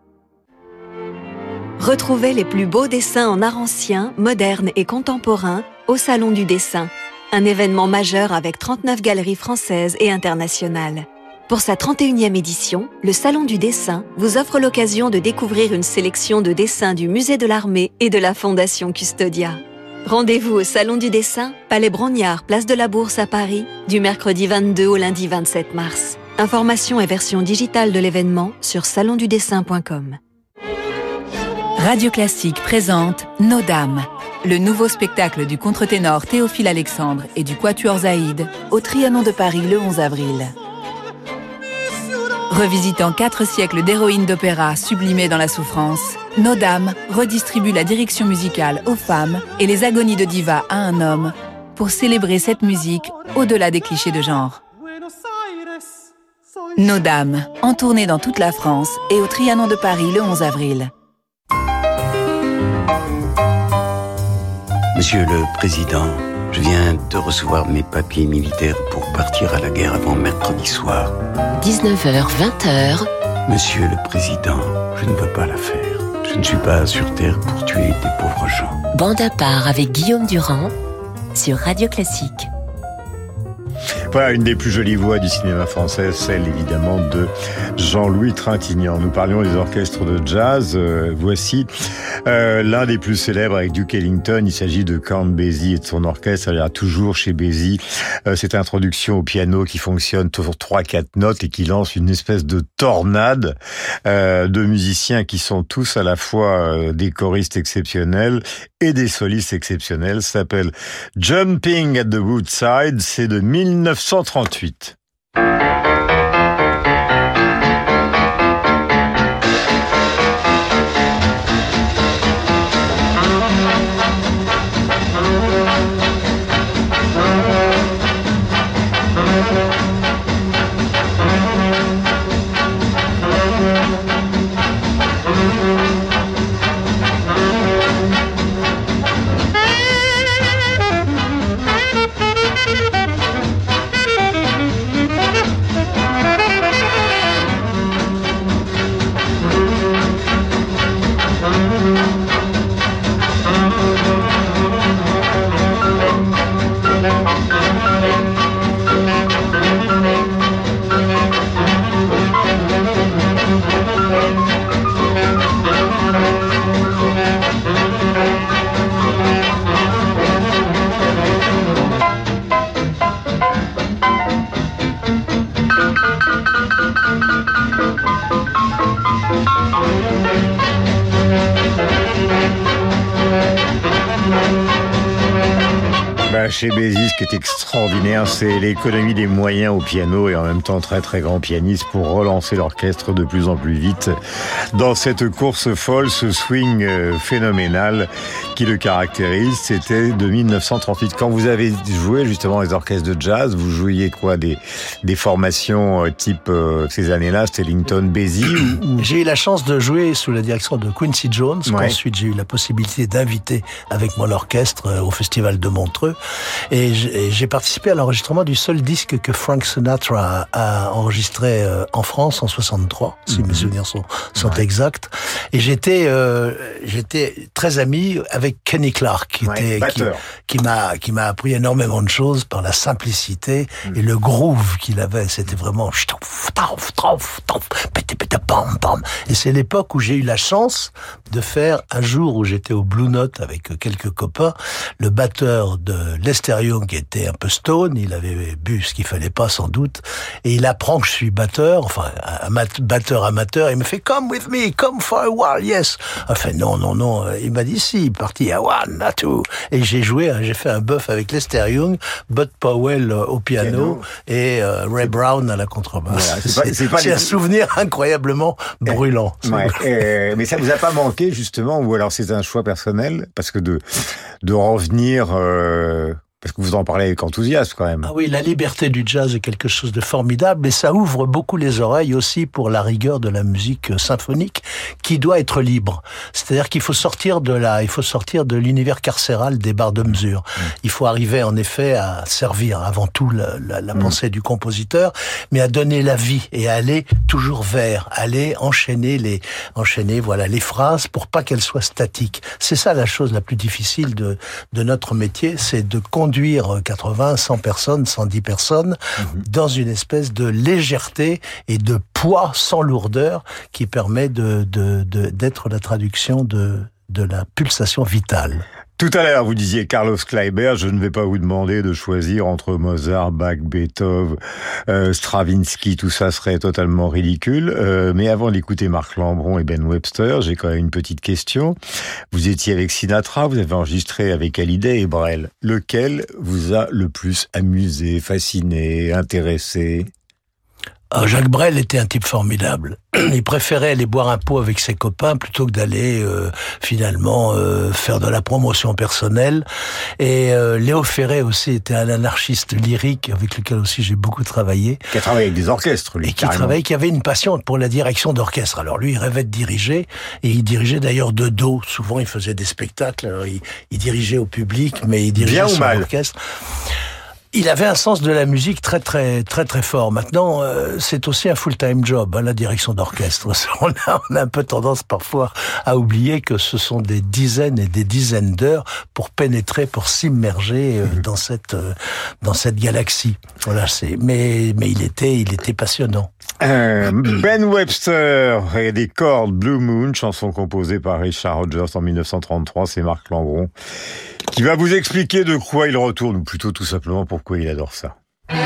Retrouvez les plus beaux dessins en art ancien, moderne et contemporain au Salon du Dessin. Un événement majeur avec trente-neuf galeries françaises et internationales. Pour sa trente et unième édition, le Salon du Dessin vous offre l'occasion de découvrir une sélection de dessins du Musée de l'Armée et de la Fondation Custodia. Rendez-vous au Salon du Dessin, Palais Brognard, place de la Bourse à Paris, du mercredi vingt-deux au lundi vingt-sept mars. Informations et version digitale de l'événement sur salon du dessin point com. Radio Classique présente Nos Dames, le nouveau spectacle du contre-ténor Théophile Alexandre et du Quatuor Zaïd au Trianon de Paris le onze avril. Revisitant quatre siècles d'héroïnes d'opéra sublimées dans la souffrance, Nos Dames redistribue la direction musicale aux femmes et les agonies de diva à un homme pour célébrer cette musique au-delà des clichés de genre. Nos Dames, en tournée dans toute la France et au Trianon de Paris le onze avril. Monsieur le Président, je viens de recevoir mes papiers militaires pour partir à la guerre avant mercredi soir. dix-neuf heures vingt. Monsieur le Président, je ne veux pas la faire. Je ne suis pas sur Terre pour tuer des pauvres gens. Bande à part avec Guillaume Durand sur Radio Classique. Voilà une des plus jolies voix du cinéma français, celle évidemment de Jean-Louis Trintignant. Nous parlions des orchestres de jazz. Euh, voici euh, l'un des plus célèbres avec Duke Ellington. Il s'agit de Count Basie et de son orchestre. Il y a toujours chez Basie euh, cette introduction au piano qui fonctionne sur trois quatre notes et qui lance une espèce de tornade euh, de musiciens qui sont tous à la fois euh, des choristes exceptionnels et des solistes exceptionnels. Ça s'appelle Jumping at the Woodside. C'est de mille neuf cent trente-huit. Chez Basie, ce qui est extraordinaire, c'est l'économie des moyens au piano et en même temps très très grand pianiste pour relancer l'orchestre de plus en plus vite dans cette course folle, ce swing phénoménal qui le caractérise. C'était de mille neuf cent trente-huit. Quand vous avez joué justement les orchestres de jazz, vous jouiez quoi, des, des formations type euh, ces années-là, c'était Ellington, Basie ou... J'ai eu la chance de jouer sous la direction de Quincy Jones, ouais. Ensuite j'ai eu la possibilité d'inviter avec moi l'orchestre au Festival de Montreux. Et j'ai participé à l'enregistrement du seul disque que Frank Sinatra a, a enregistré euh, en France en soixante-trois, si mmh. mes souvenirs sont, sont ouais. exacts. Et j'étais euh, j'étais très ami avec Kenny Clark, qui ouais, était qui, qui m'a qui m'a appris énormément de choses par la simplicité mmh. et le groove qu'il avait. C'était vraiment et c'est l'époque où j'ai eu la chance de faire un jour où j'étais au Blue Note avec quelques copains, le batteur de Lester Young qui était un peu stone, il avait bu ce qu'il fallait pas sans doute, et il apprend que je suis batteur, enfin un batteur amateur, et il me fait come with me, come for a while, yes. Enfin non non non, il m'a dit si, parti à one, à two, et j'ai joué, j'ai fait un bœuf avec Lester Young, Bud Powell au piano, piano. et euh, Ray Brown à la contrebasse. Voilà, c'est, pas, c'est, pas c'est les... un souvenir incroyablement brûlant. Ouais, et, mais ça vous a pas manqué justement, ou alors c'est un choix personnel, parce que de de revenir, euh, parce que vous en parlez avec enthousiasme quand même. Ah oui, la liberté du jazz est quelque chose de formidable, et ça ouvre beaucoup les oreilles aussi pour la rigueur de la musique symphonique, qui doit être libre. C'est-à-dire qu'il faut sortir de la, il faut sortir de l'univers carcéral des barres de mesure. Mmh. Il faut arriver en effet à servir avant tout la, la, la mmh. pensée du compositeur, mais à donner la vie et à aller toujours vers, aller enchaîner les, enchaîner voilà les phrases pour pas qu'elles soient statiques. C'est ça la chose la plus difficile de de notre métier, c'est de conduire quatre-vingts, cent personnes, cent dix personnes mmh. dans une espèce de légèreté et de poids sans lourdeur qui permet de, de, de, d'être la traduction de, de la pulsation vitale. Tout à l'heure, vous disiez Carlos Kleiber, je ne vais pas vous demander de choisir entre Mozart, Bach, Beethoven, euh, Stravinsky, tout ça serait totalement ridicule. Euh, mais avant d'écouter Marc Lambron et Ben Webster, j'ai quand même une petite question. Vous étiez avec Sinatra, vous avez enregistré avec Hallyday et Brel. Lequel vous a le plus amusé, fasciné, intéressé ? Ah, Jacques Brel était un type formidable. Il préférait aller boire un pot avec ses copains plutôt que d'aller euh, finalement euh, faire de la promotion personnelle. Et euh, Léo Ferré aussi était un anarchiste lyrique avec lequel aussi j'ai beaucoup travaillé. Qui a travaillé avec des orchestres, lui. Et qui travaillait, qui avait une passion pour la direction d'orchestre. Alors lui, il rêvait de diriger, et il dirigeait d'ailleurs de dos. Souvent, il faisait des spectacles. Alors, il, il dirigeait au public, mais il dirigeait son orchestre. Il avait un sens de la musique très très très très fort. Maintenant, euh, c'est aussi un full-time job, hein, la direction d'orchestre. On a, on a un peu tendance parfois à oublier que ce sont des dizaines et des dizaines d'heures pour pénétrer, pour s'immerger euh, dans cette euh, dans cette galaxie. Voilà, c'est. Mais mais il était il était passionnant. Euh, Ben Webster et des cordes, Blue Moon, chanson composée par Richard Rodgers en dix-neuf cent trente-trois. C'est Marc Lambron qui va vous expliquer de quoi il retourne, ou plutôt tout simplement pourquoi il adore ça.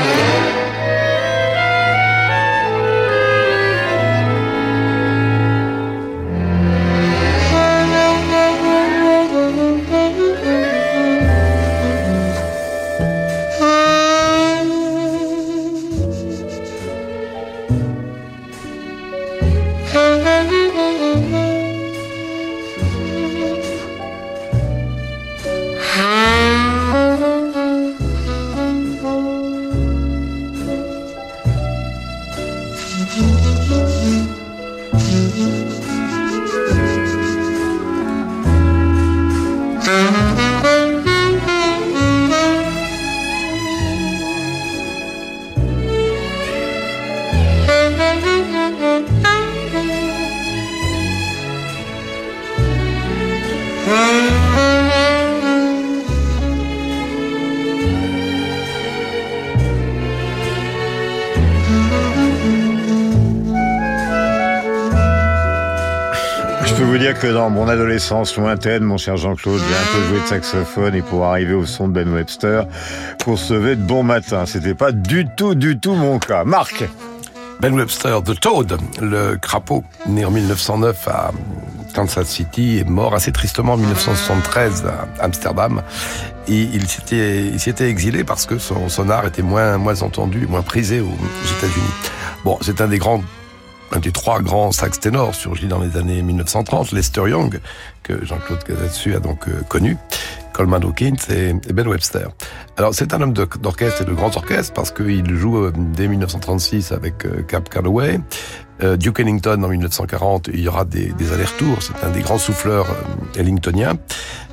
Que dans mon adolescence lointaine, mon cher Jean-Claude, j'ai un peu joué de saxophone, et pour arriver au son de Ben Webster, pour se lever de bon matin, c'était pas du tout, du tout mon cas. Marc. Ben Webster, The Toad, le crapaud, né en mille neuf cent neuf à Kansas City, est mort assez tristement en mille neuf cent soixante-treize à Amsterdam. Et il s'était, il s'était exilé parce que son, son art était moins, moins entendu, moins prisé aux États-Unis. Bon, c'est un des grands un des trois grands sax ténors surgis dans les années mille neuf cent trente, Lester Young, que Jean-Claude Casadesus a donc euh, connu, Coleman Hawkins et, et Ben Webster. Alors c'est un homme de, d'orchestre et de grands orchestres parce qu'il joue euh, dès mille neuf cent trente-six avec euh, Cab Calloway, euh, Duke Ellington en mille neuf cent quarante, il y aura des, des allers-retours, c'est un des grands souffleurs euh, ellingtoniens.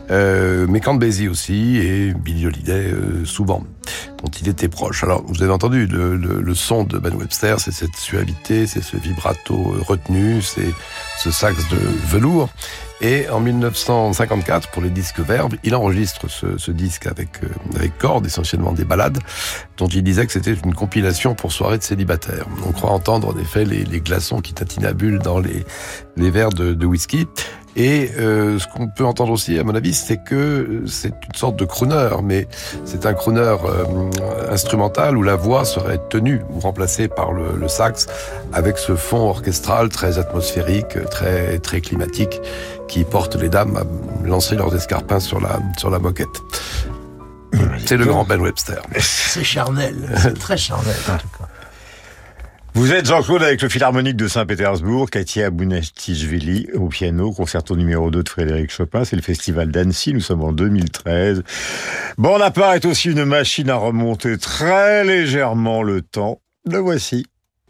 euh, mais Count Basie aussi, et Billie Holiday euh, souvent, dont il était proche. Alors, vous avez entendu, le, le, le son de Ben Webster, c'est cette suavité, c'est ce vibrato retenu, c'est ce sax de velours. Et en mille neuf cent cinquante-quatre, pour les disques Verve, il enregistre ce, ce disque avec, euh, avec cordes, essentiellement des ballades, dont il disait que c'était une compilation pour soirée de célibataires. On croit entendre en effet les, les glaçons qui tatinabulent dans les, les verres de, de whisky. Et euh, ce qu'on peut entendre aussi, à mon avis, c'est que c'est une sorte de crooner, mais c'est un crooner euh, instrumental où la voix serait tenue ou remplacée par le, le sax, avec ce fond orchestral très atmosphérique, très très climatique, qui porte les dames à lancer leurs escarpins sur la sur la moquette. C'est le grand Ben Webster. C'est charnel, c'est très charnel en tout cas. Vous êtes Jean-Claude avec le Philharmonique de Saint-Pétersbourg, Katia Bounatichvili au piano, concerto numéro deux de Frédéric Chopin, c'est le festival d'Annecy, nous sommes en deux mille treize. Bonaparte est aussi une machine à remonter très légèrement le temps. Le voici.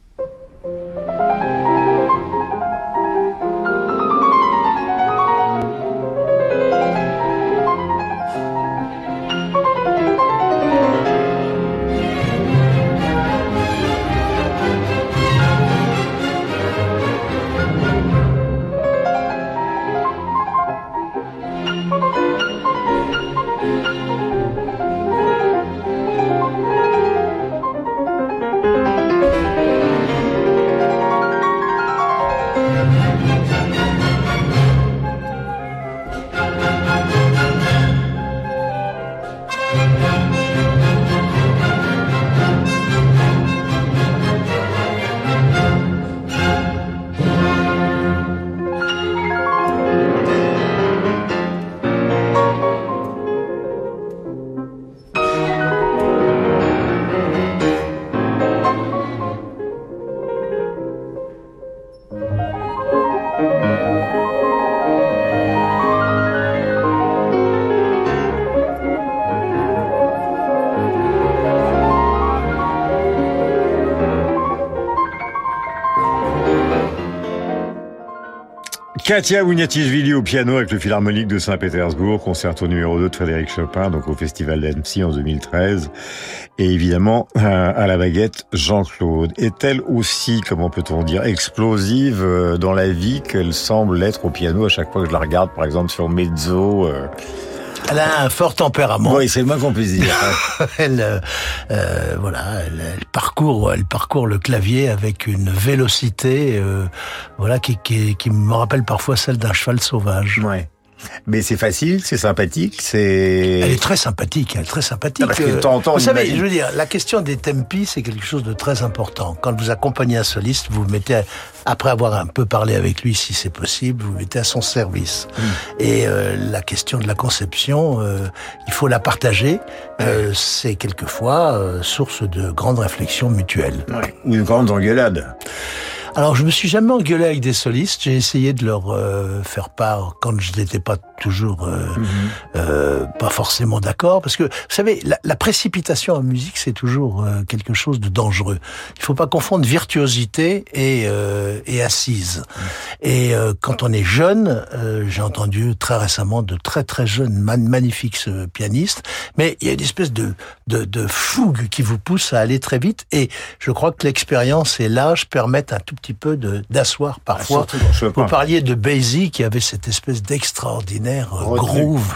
Katia Bounatichvili au piano avec le Philharmonique de Saint-Pétersbourg, concerto numéro deux de Frédéric Chopin, donc au Festival d'Annecy en deux mille treize. Et évidemment, à la baguette, Jean-Claude. Est-elle aussi, comment peut-on dire, explosive dans la vie qu'elle semble l'être au piano à chaque fois que je la regarde, par exemple sur Mezzo euh... Elle a un fort tempérament. Oui, c'est le moins qu'on puisse dire. elle, euh, euh, voilà, elle, elle parcourt, elle parcourt le clavier avec une vélocité, euh, voilà, qui, qui, qui me rappelle parfois celle d'un cheval sauvage. Ouais. Mais c'est facile, c'est sympathique, c'est... Elle est très sympathique, elle est très sympathique. Parce que temps en temps, vous savez, imagine... je veux dire, la question des tempi, c'est quelque chose de très important. Quand vous accompagnez un soliste, vous vous mettez, à, après avoir un peu parlé avec lui, si c'est possible, vous vous mettez à son service. Mmh. Et euh, la question de la conception, euh, il faut la partager. Euh, c'est quelquefois euh, source de grandes réflexions mutuelles. Ouais. Ou une grande engueulade. Alors, je me suis jamais engueulé avec des solistes. J'ai essayé de leur euh, faire part quand je n'étais pas toujours euh, mmh. euh, pas forcément d'accord, parce que vous savez, la, la précipitation en musique, c'est toujours euh, quelque chose de dangereux. Il faut pas confondre virtuosité et euh, et assise. Mmh. Et euh, quand on est jeune, euh, j'ai entendu très récemment de très très jeunes man- magnifiques euh, pianistes, mais il y a une espèce de, de de fougue qui vous pousse à aller très vite. Et je crois que l'expérience et l'âge permettent un tout petit peu de d'asseoir parfois. Ah, vous parliez de Basie qui avait cette espèce d'extraordinaire groove,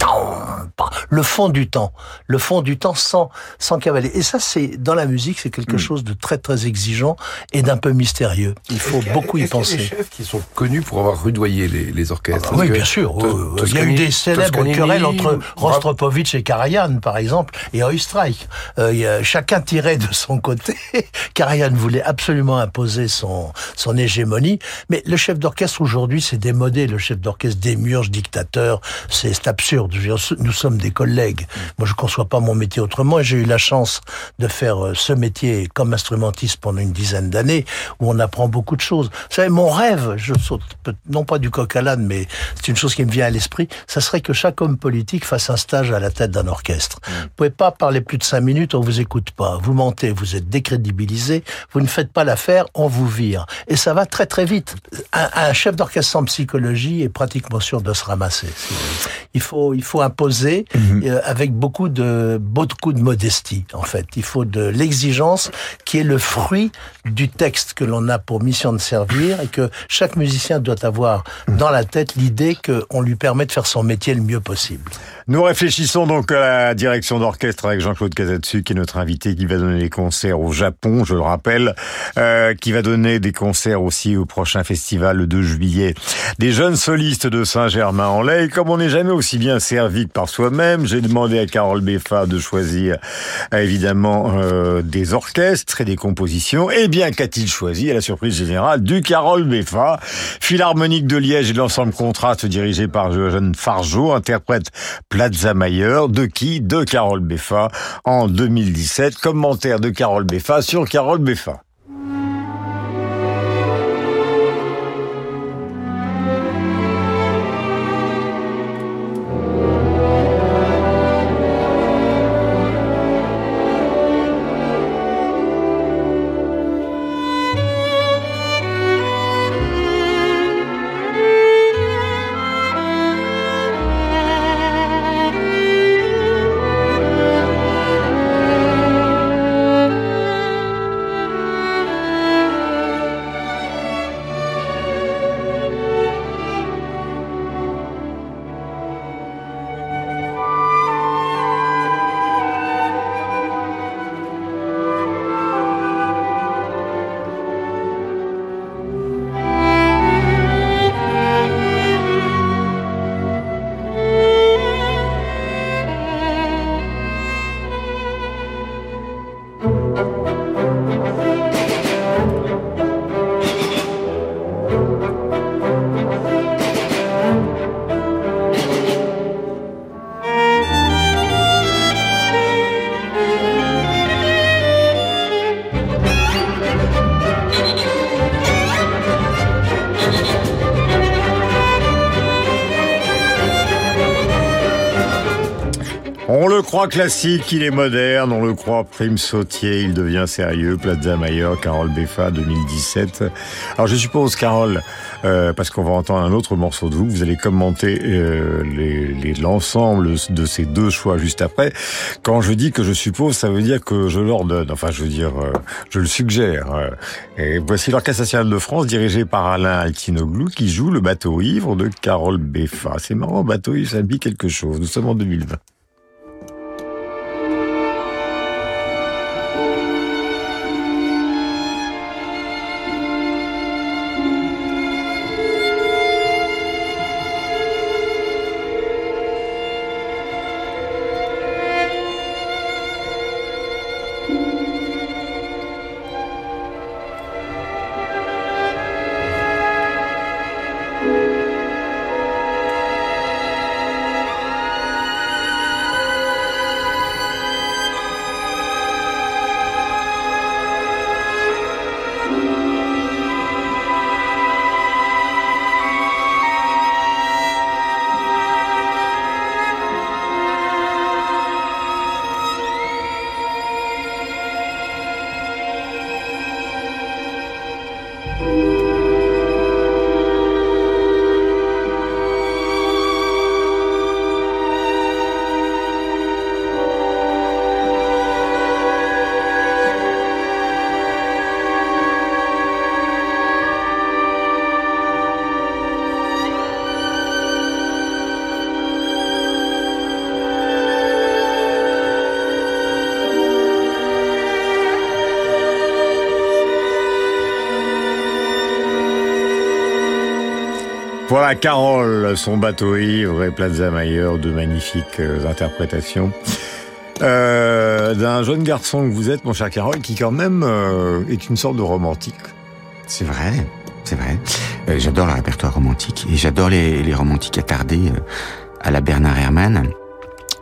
le fond du temps, le fond du temps sans sans cavaler. Et ça, c'est dans la musique, c'est quelque mmh. chose de très très exigeant et d'un peu mystérieux. Il faut est-ce beaucoup y est-ce penser. Il y a des chefs qui sont connus pour avoir rudoyé les, les orchestres. Ah, oui, bien sûr. T- il y a eu des célèbres querelles entre Rostropovitch et Karajan, par exemple, et Oistrakh. Euh, il y a, chacun tirait de son côté. Karajan voulait absolument imposer son son hégémonie, mais le chef d'orchestre aujourd'hui, c'est démodé. Le chef d'orchestre démiurge, dictateur, c'est, c'est absurde. Nous nous sommes des collègues. Moi, je conçois pas mon métier autrement, et j'ai eu la chance de faire ce métier comme instrumentiste pendant une dizaine d'années, où on apprend beaucoup de choses. Vous savez, mon rêve, je saute, non pas du coq à l'âne, mais c'est une chose qui me vient à l'esprit, ça serait que chaque homme politique fasse un stage à la tête d'un orchestre. Mmh. Vous pouvez pas parler plus de cinq minutes, on vous écoute pas. Vous mentez, vous êtes décrédibilisé, vous ne faites pas l'affaire, on vous vire. Et ça va très très vite. Un, un chef d'orchestre sans psychologie est pratiquement sûr de se ramasser. Il faut, il faut imposer mmh. euh, avec beaucoup de, beaucoup de modestie, en fait. Il faut de l'exigence qui est le fruit du texte que l'on a pour mission de servir, et que chaque musicien doit avoir dans la tête l'idée qu'on lui permet de faire son métier le mieux possible. Nous réfléchissons donc à la direction d'orchestre avec Jean-Claude Casatsu, qui est notre invité, qui va donner des concerts au Japon, je le rappelle, euh, qui va donner des concerts aussi au prochain festival le deux juillet des jeunes solistes de Saint-Germain-en-Laye. Comme on n'est jamais aussi bien servi que par soi-même, j'ai demandé à Carole Beffa de choisir évidemment euh, des orchestres et des compositions. Et bien, qu'a-t-il choisi à la surprise générale du Carole Beffa, Philharmonique de Liège et l'ensemble Contraste dirigé par Jeanne Fargeau, interprète Plaza Mayer, de qui? De Carole Beffa en deux mille dix-sept. Commentaire de Carole Beffa sur Carole Beffa. On le croit classique, il est moderne, on le croit prime sautier, il devient sérieux, Plaza Mayer, Carole Beffa, deux mille dix-sept. Alors je suppose, Carole, euh, parce qu'on va entendre un autre morceau de vous, vous allez commenter euh, les, les, l'ensemble de ces deux choix juste après. Quand je dis que je suppose, ça veut dire que je l'ordonne, enfin je veux dire, euh, je le suggère. Euh, et voici l'Orchestre national de France, dirigé par Alain Altinoglou, qui joue le bateau ivre de Carole Beffa. C'est marrant, bateau ivre, ça me dit quelque chose, nous sommes en deux mille vingt. Voilà Carole, son bateau ivre et Plaza Mayer, deux magnifiques euh, interprétations euh, d'un jeune garçon que vous êtes, mon cher Carole, qui quand même euh, est une sorte de romantique. C'est vrai, c'est vrai. Euh, j'adore le répertoire romantique et j'adore les, les romantiques attardés euh, à la Bernard Herrmann.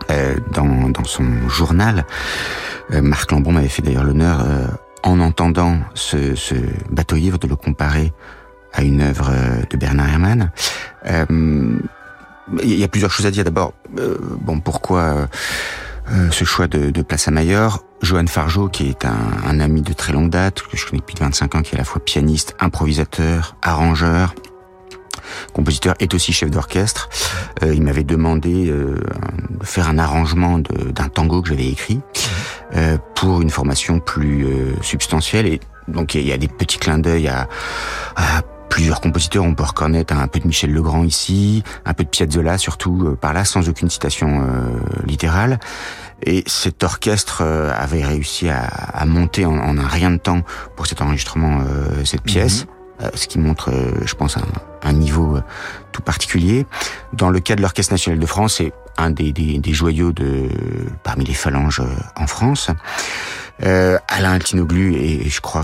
euh, dans, dans son journal. Euh, Marc Lambron m'avait fait d'ailleurs l'honneur, euh, en entendant ce, ce bateau ivre, de le comparer à une œuvre de Bernard Herrmann. Euh, il y a plusieurs choses à dire. D'abord, euh, bon, pourquoi euh, ce choix de, de Place à Maillot? Johan Fargeau, qui est un, un ami de très longue date, que je connais depuis vingt-cinq ans, qui est à la fois pianiste, improvisateur, arrangeur, compositeur, est aussi chef d'orchestre. Euh, il m'avait demandé euh, de faire un arrangement de, d'un tango que j'avais écrit euh, pour une formation plus euh, substantielle. Et donc il y a des petits clins d'œil à, à plusieurs compositeurs. On peut reconnaître un peu de Michel Legrand ici, un peu de Piazzolla surtout euh, par là, sans aucune citation euh, littérale. Et cet orchestre euh, avait réussi à, à monter en, en un rien de temps pour cet enregistrement, euh, cette pièce. Mmh. Euh, ce qui montre, euh, je pense, un, un niveau euh, tout particulier. Dans le cas de l'Orchestre National de France, c'est un des, des, des joyaux de parmi les phalanges euh, en France. Euh, Alain Altinoglu est, je crois,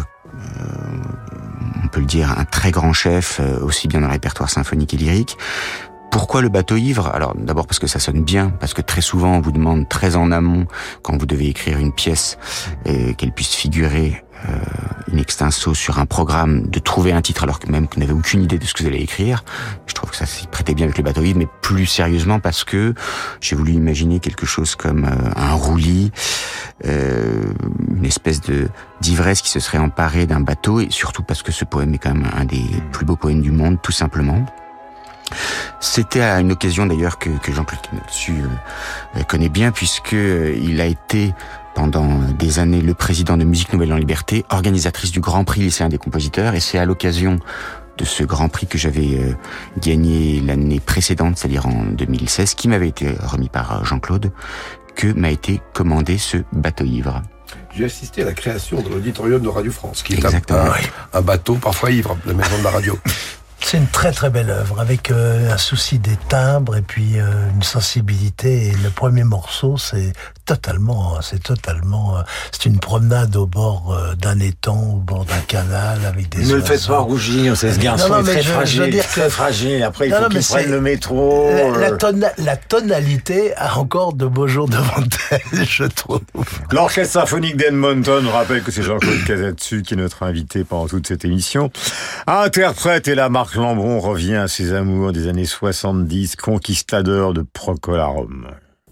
euh, on peut le dire, un très grand chef, euh, aussi bien dans le répertoire symphonique et lyrique. Pourquoi le bateau ivre? Alors d'abord parce que ça sonne bien, parce que très souvent on vous demande très en amont, quand vous devez écrire une pièce, euh, qu'elle puisse figurer euh, in extenso sur un programme, de trouver un titre alors que même que vous n'avez aucune idée de ce que vous allez écrire. Je trouve que ça s'y prêtait bien avec le bateau ivre, mais plus sérieusement parce que j'ai voulu imaginer quelque chose comme euh, un roulis, euh, une espèce de d'ivresse qui se serait emparée d'un bateau, et surtout parce que ce poème est quand même un des plus beaux poèmes du monde, tout simplement. C'était à une occasion d'ailleurs que, que Jean-Claude Canotsu euh, connaît bien, puisque euh, il a été pendant des années le président de Musique Nouvelle en Liberté, organisatrice du Grand Prix lycéen des compositeurs, et c'est à l'occasion de ce Grand Prix que j'avais euh, gagné l'année précédente, c'est-à-dire en deux mille seize, qui m'avait été remis par Jean-Claude, que m'a été commandé ce bateau ivre. J'ai assisté à la création de l'auditorium de Radio France, qui est Exactement. un, un bateau parfois ivre, la maison de la radio. C'est une très très belle œuvre, avec euh, un souci des timbres et puis euh, une sensibilité. Et le premier morceau, c'est totalement, c'est totalement, euh, c'est une promenade au bord euh, d'un étang, au bord d'un canal, avec des. Ne le faites pas rougir, c'est ce garçon non, non, est très je, fragile, je dire très que... fragile. Après, il non, faut non, qu'il prenne le métro. La, euh... la, tona... la tonalité a encore de beaux jours devant elle, je trouve. L'Orchestre Symphonique d'Edmonton, je rappelle que c'est Jean-Claude Casatsu qui est notre invité pendant toute cette émission. Interprète, et là, Marc Lambron revient à ses amours des années soixante-dix, conquistadeur de Procol Harum.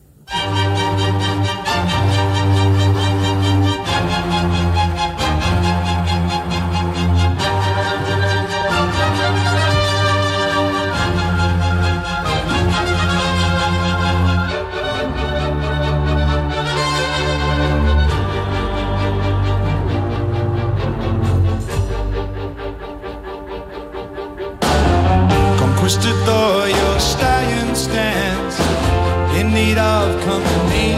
Conquistador, your stallion stands in need of company.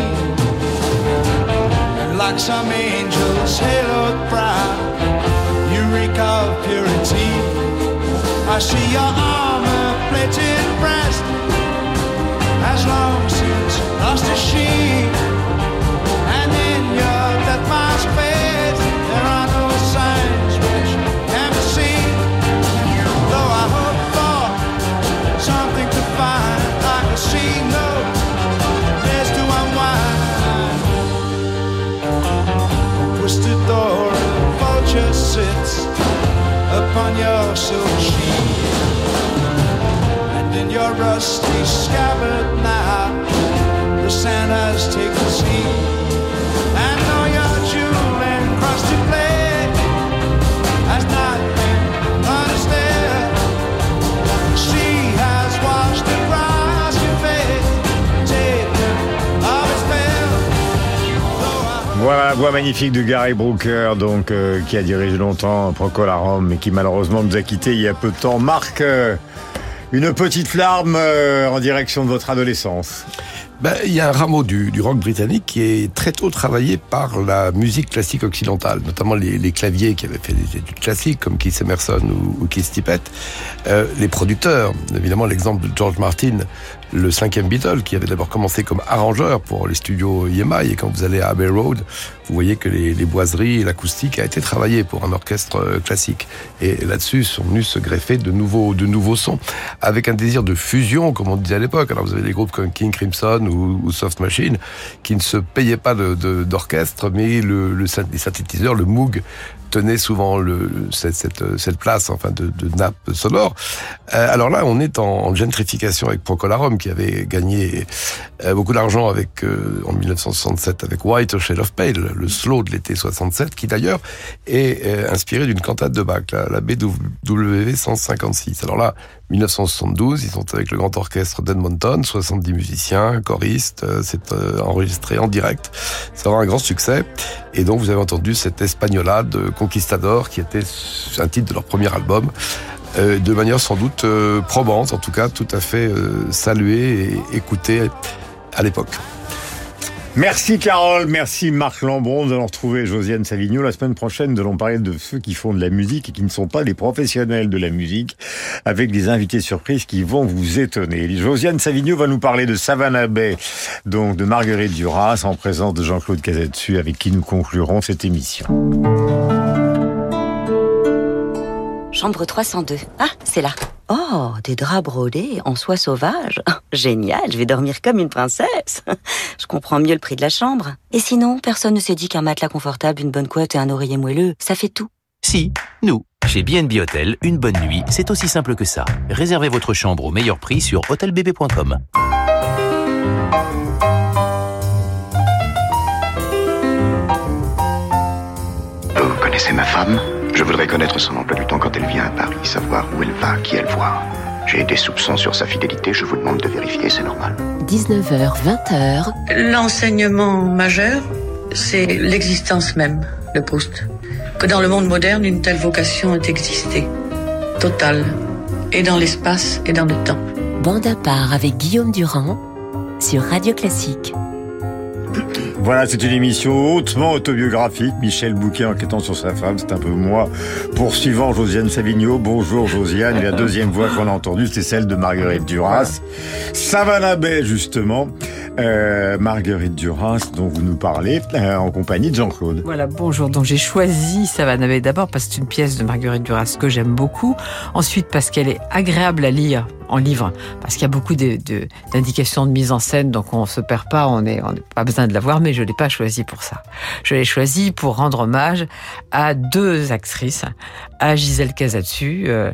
Like some angel's haloed brow, you reek of purity. I see your armor-plated breast has long since lost its sheen, and in your death mask face there are no signs which can be seen. Though I hope for something to find, I can see no place to unwind. Twisted door, a vulture sits upon your silver sheet, and in your rusty scabbard now the sand has taken seat. And though your jewel encrusted blade has not been understood, the sea has washed across your face, taken of its spell. Voilà la voix magnifique de Gary Brooker, donc euh, qui a dirigé longtemps Procol Harum, mais qui malheureusement nous a quittés il y a peu de temps. Marc, euh, une petite larme euh, en direction de votre adolescence. Ben, il y a un rameau du, du rock britannique qui est très tôt travaillé par la musique classique occidentale, notamment les, les claviers qui avaient fait des études classiques comme Keith Emerson ou, ou Keith Tippett. Euh, les producteurs, évidemment l'exemple de George Martin, le cinquième Beatle, qui avait d'abord commencé comme arrangeur pour les studios E M I, et quand vous allez à Abbey Road, vous voyez que les, les boiseries et l'acoustique a été travaillé pour un orchestre classique. Et là-dessus sont venus se greffer de nouveaux, de nouveaux sons, avec un désir de fusion, comme on disait à l'époque. Alors vous avez des groupes comme King Crimson Fusion ou, ou Soft Machine, qui ne se payaient pas de, de, d'orchestre, mais le, le, les synthétiseurs, le Moog, tenait souvent le, cette, cette, cette place, enfin, de, de nappe sonore. Euh, alors là, on est en, en gentrification avec Procolarum, qui avait gagné euh, beaucoup d'argent avec, euh, en dix-neuf cent soixante-sept avec White or Shade of Pale, le slow de l'été soixante-sept, qui d'ailleurs est euh, inspiré d'une cantate de Bach, la, la B W V cent cinquante-six. Alors là, dix-neuf cent soixante-douze, ils sont avec le grand orchestre d'Edmonton, soixante-dix musiciens, choristes, euh, c'est euh, enregistré en direct. Ça aura un grand succès. Et donc, vous avez entendu cette Espagnola de Conquistador, qui était un titre de leur premier album, euh, de manière sans doute euh, probante, en tout cas tout à fait euh, saluée et écoutée à l'époque. Merci Carole, merci Marc Lambron. Nous allons retrouver Josiane Savigno la semaine prochaine. Nous allons parler de ceux qui font de la musique et qui ne sont pas des professionnels de la musique, avec des invités surprises qui vont vous étonner. Josiane Savigno va nous parler de Savannah Bay, donc de Marguerite Duras, en présence de Jean-Claude Casadesus, avec qui nous conclurons cette émission. Chambre trois cent deux. Ah, c'est là. Oh, des draps brodés en soie sauvage. Oh, génial, je vais dormir comme une princesse. Je comprends mieux le prix de la chambre. Et sinon, personne ne s'est dit qu'un matelas confortable, une bonne couette et un oreiller moelleux, ça fait tout. Si, nous. Chez B and B Hotel, une bonne nuit, c'est aussi simple que ça. Réservez votre chambre au meilleur prix sur hôtel b b point com. Vous connaissez ma femme ? Je voudrais connaître son emploi du temps quand elle vient à Paris, savoir où elle va, qui elle voit. J'ai des soupçons sur sa fidélité, je vous demande de vérifier, c'est normal. dix-neuf heures, vingt heures. L'enseignement majeur, c'est l'existence même de Proust. Que dans le monde moderne, une telle vocation ait existé. Totale. Et dans l'espace et dans le temps. Bande à part avec Guillaume Durand sur Radio Classique. Voilà, c'est une émission hautement autobiographique. Michel Bouquet enquêtant sur sa femme, c'est un peu moi. Poursuivant Josiane Savigno. Bonjour Josiane. Et la deuxième voix qu'on a entendue, c'est celle de Marguerite Duras. Savannah Bay, justement. Euh, Marguerite Duras, dont vous nous parlez, euh, en compagnie de Jean-Claude. Voilà, bonjour. Donc j'ai choisi Savannah Bay d'abord parce que c'est une pièce de Marguerite Duras que j'aime beaucoup. Ensuite parce qu'elle est agréable à lire en livre, parce qu'il y a beaucoup de, de, d'indications de mise en scène, donc on se perd pas, on n'est on n'est pas besoin de la voir, mais je l'ai pas choisi pour ça. Je l'ai choisi pour rendre hommage à deux actrices, à Gisèle Casadesus, euh,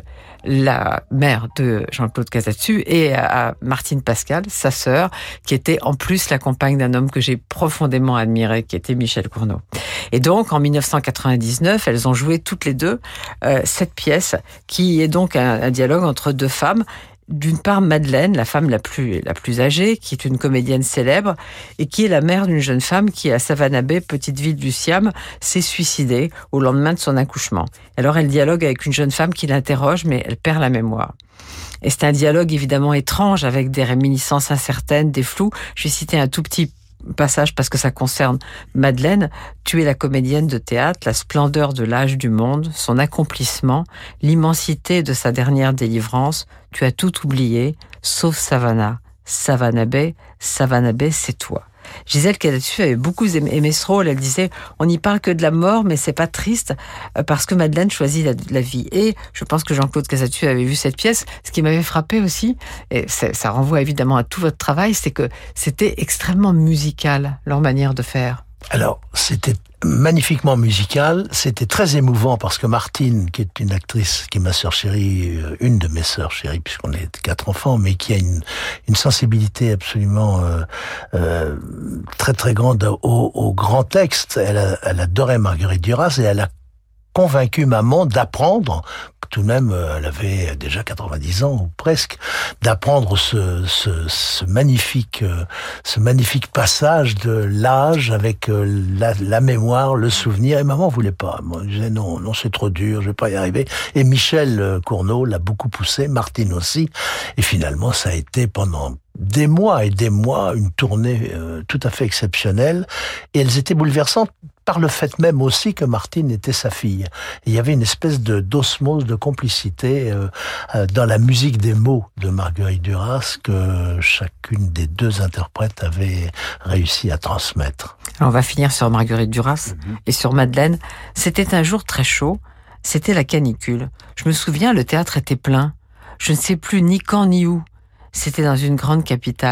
la mère de Jean-Claude Casadesus, et à Martine Pascal, sa sœur, qui était en plus la compagne d'un homme que j'ai profondément admiré, qui était Michel Cournot. Et donc, en dix-neuf cent quatre-vingt-dix-neuf, elles ont joué toutes les deux euh, cette pièce, qui est donc un, un dialogue entre deux femmes. D'une part, Madeleine, la femme la plus, la plus âgée, qui est une comédienne célèbre, et qui est la mère d'une jeune femme qui, à Savannah Bay, petite ville du Siam, s'est suicidée au lendemain de son accouchement. Alors, elle dialogue avec une jeune femme qui l'interroge, mais elle perd la mémoire. Et c'est un dialogue évidemment étrange, avec des réminiscences incertaines, des flous. Je vais citer un tout petit passage parce que ça concerne Madeleine. Tu es la comédienne de théâtre, la splendeur de l'âge du monde, son accomplissement, l'immensité de sa dernière délivrance. Tu as tout oublié, sauf Savannah. Savannah Bay, Savannah Bay, c'est toi. Gisèle Casadesus avait beaucoup aimé ce rôle. Elle disait, on n'y parle que de la mort, mais c'est pas triste parce que Madeleine choisit la, la vie. Et je pense que Jean-Claude Casadesus avait vu cette pièce. Ce qui m'avait frappé aussi, et ça renvoie évidemment à tout votre travail, c'est que c'était extrêmement musical, leur manière de faire. Alors, c'était magnifiquement musical, c'était très émouvant parce que Martine, qui est une actrice, qui est ma sœur chérie, une de mes sœurs chéries, puisqu'on est quatre enfants, mais qui a une, une sensibilité absolument euh, euh, très très grande au, au grand texte. Elle, a, elle adorait Marguerite Duras et elle a convaincu maman d'apprendre, tout de même, elle avait déjà quatre-vingt-dix ans ou presque, d'apprendre ce, ce, ce magnifique, ce magnifique passage de l'âge avec la, la mémoire, le souvenir. Et maman voulait pas. Moi, je disais non, non, c'est trop dur, je vais pas y arriver. Et Michel Cournot l'a beaucoup poussé, Martine aussi. Et finalement, ça a été pendant des mois et des mois une tournée euh, tout à fait exceptionnelle. Et elles étaient bouleversantes par le fait même aussi que Martine était sa fille. Et il y avait une espèce de d'osmose, de complicité euh, euh, dans la musique des mots de Marguerite Duras que chacune des deux interprètes avait réussi à transmettre. Alors on va finir sur Marguerite Duras mmh. et sur Madeleine. C'était un jour très chaud, c'était la canicule. Je me souviens, le théâtre était plein. Je ne sais plus ni quand ni où. C'était dans une grande capitale.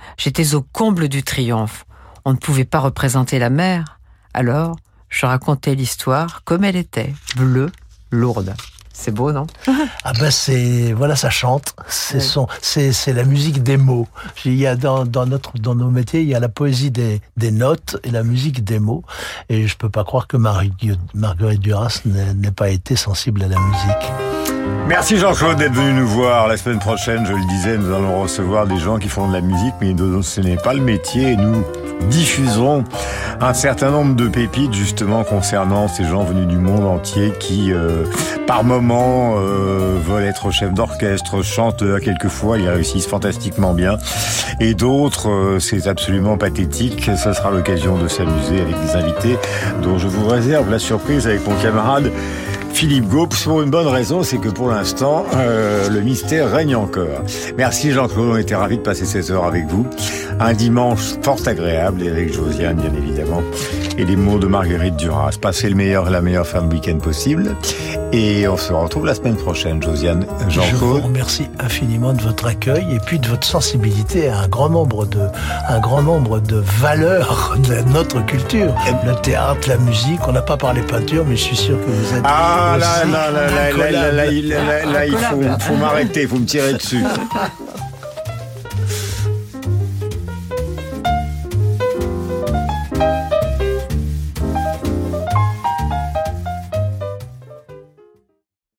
J'étais au comble du triomphe. On ne pouvait pas représenter la mer. Alors, je racontais l'histoire comme elle était, bleue, lourde. C'est beau, non? Ah ben c'est voilà, ça chante. C'est son, c'est c'est la musique des mots. Il y a dans dans notre dans nos métiers, il y a la poésie des des notes et la musique des mots. Et je peux pas croire que Marie, Marguerite Duras n'ait, n'ait pas été sensible à la musique. Merci Jean-Claude d'être venu nous voir. La semaine prochaine, je le disais, nous allons recevoir des gens qui font de la musique, mais dont ce n'est pas le métier. Et nous diffuserons un certain nombre de pépites justement concernant ces gens venus du monde entier qui, euh, par moments, euh, veulent être chefs d'orchestre, chanteurs. Quelquefois, ils réussissent fantastiquement bien. Et d'autres, euh, c'est absolument pathétique. Ça sera l'occasion de s'amuser avec des invités dont je vous réserve la surprise avec mon camarade Philippe Gaupe, pour une bonne raison, c'est que pour l'instant, euh, le mystère règne encore. Merci Jean-Claude, on était ravis de passer ces heures avec vous. Un dimanche fort agréable, et avec Josiane, bien évidemment, et les mots de Marguerite Duras. Passez le meilleur et la meilleure fin de week-end possible. Et on se retrouve la semaine prochaine, Josiane, Jean-Claude. Je vous remercie infiniment de votre accueil et puis de votre sensibilité à un grand nombre de, un grand nombre de valeurs de notre culture. Le théâtre, la musique, on n'a pas parlé peinture, mais je suis sûr que vous êtes... Ah là, là, là, là, là, là, là, là, là, là, il faut, faut m'arrêter, il faut me tirer dessus.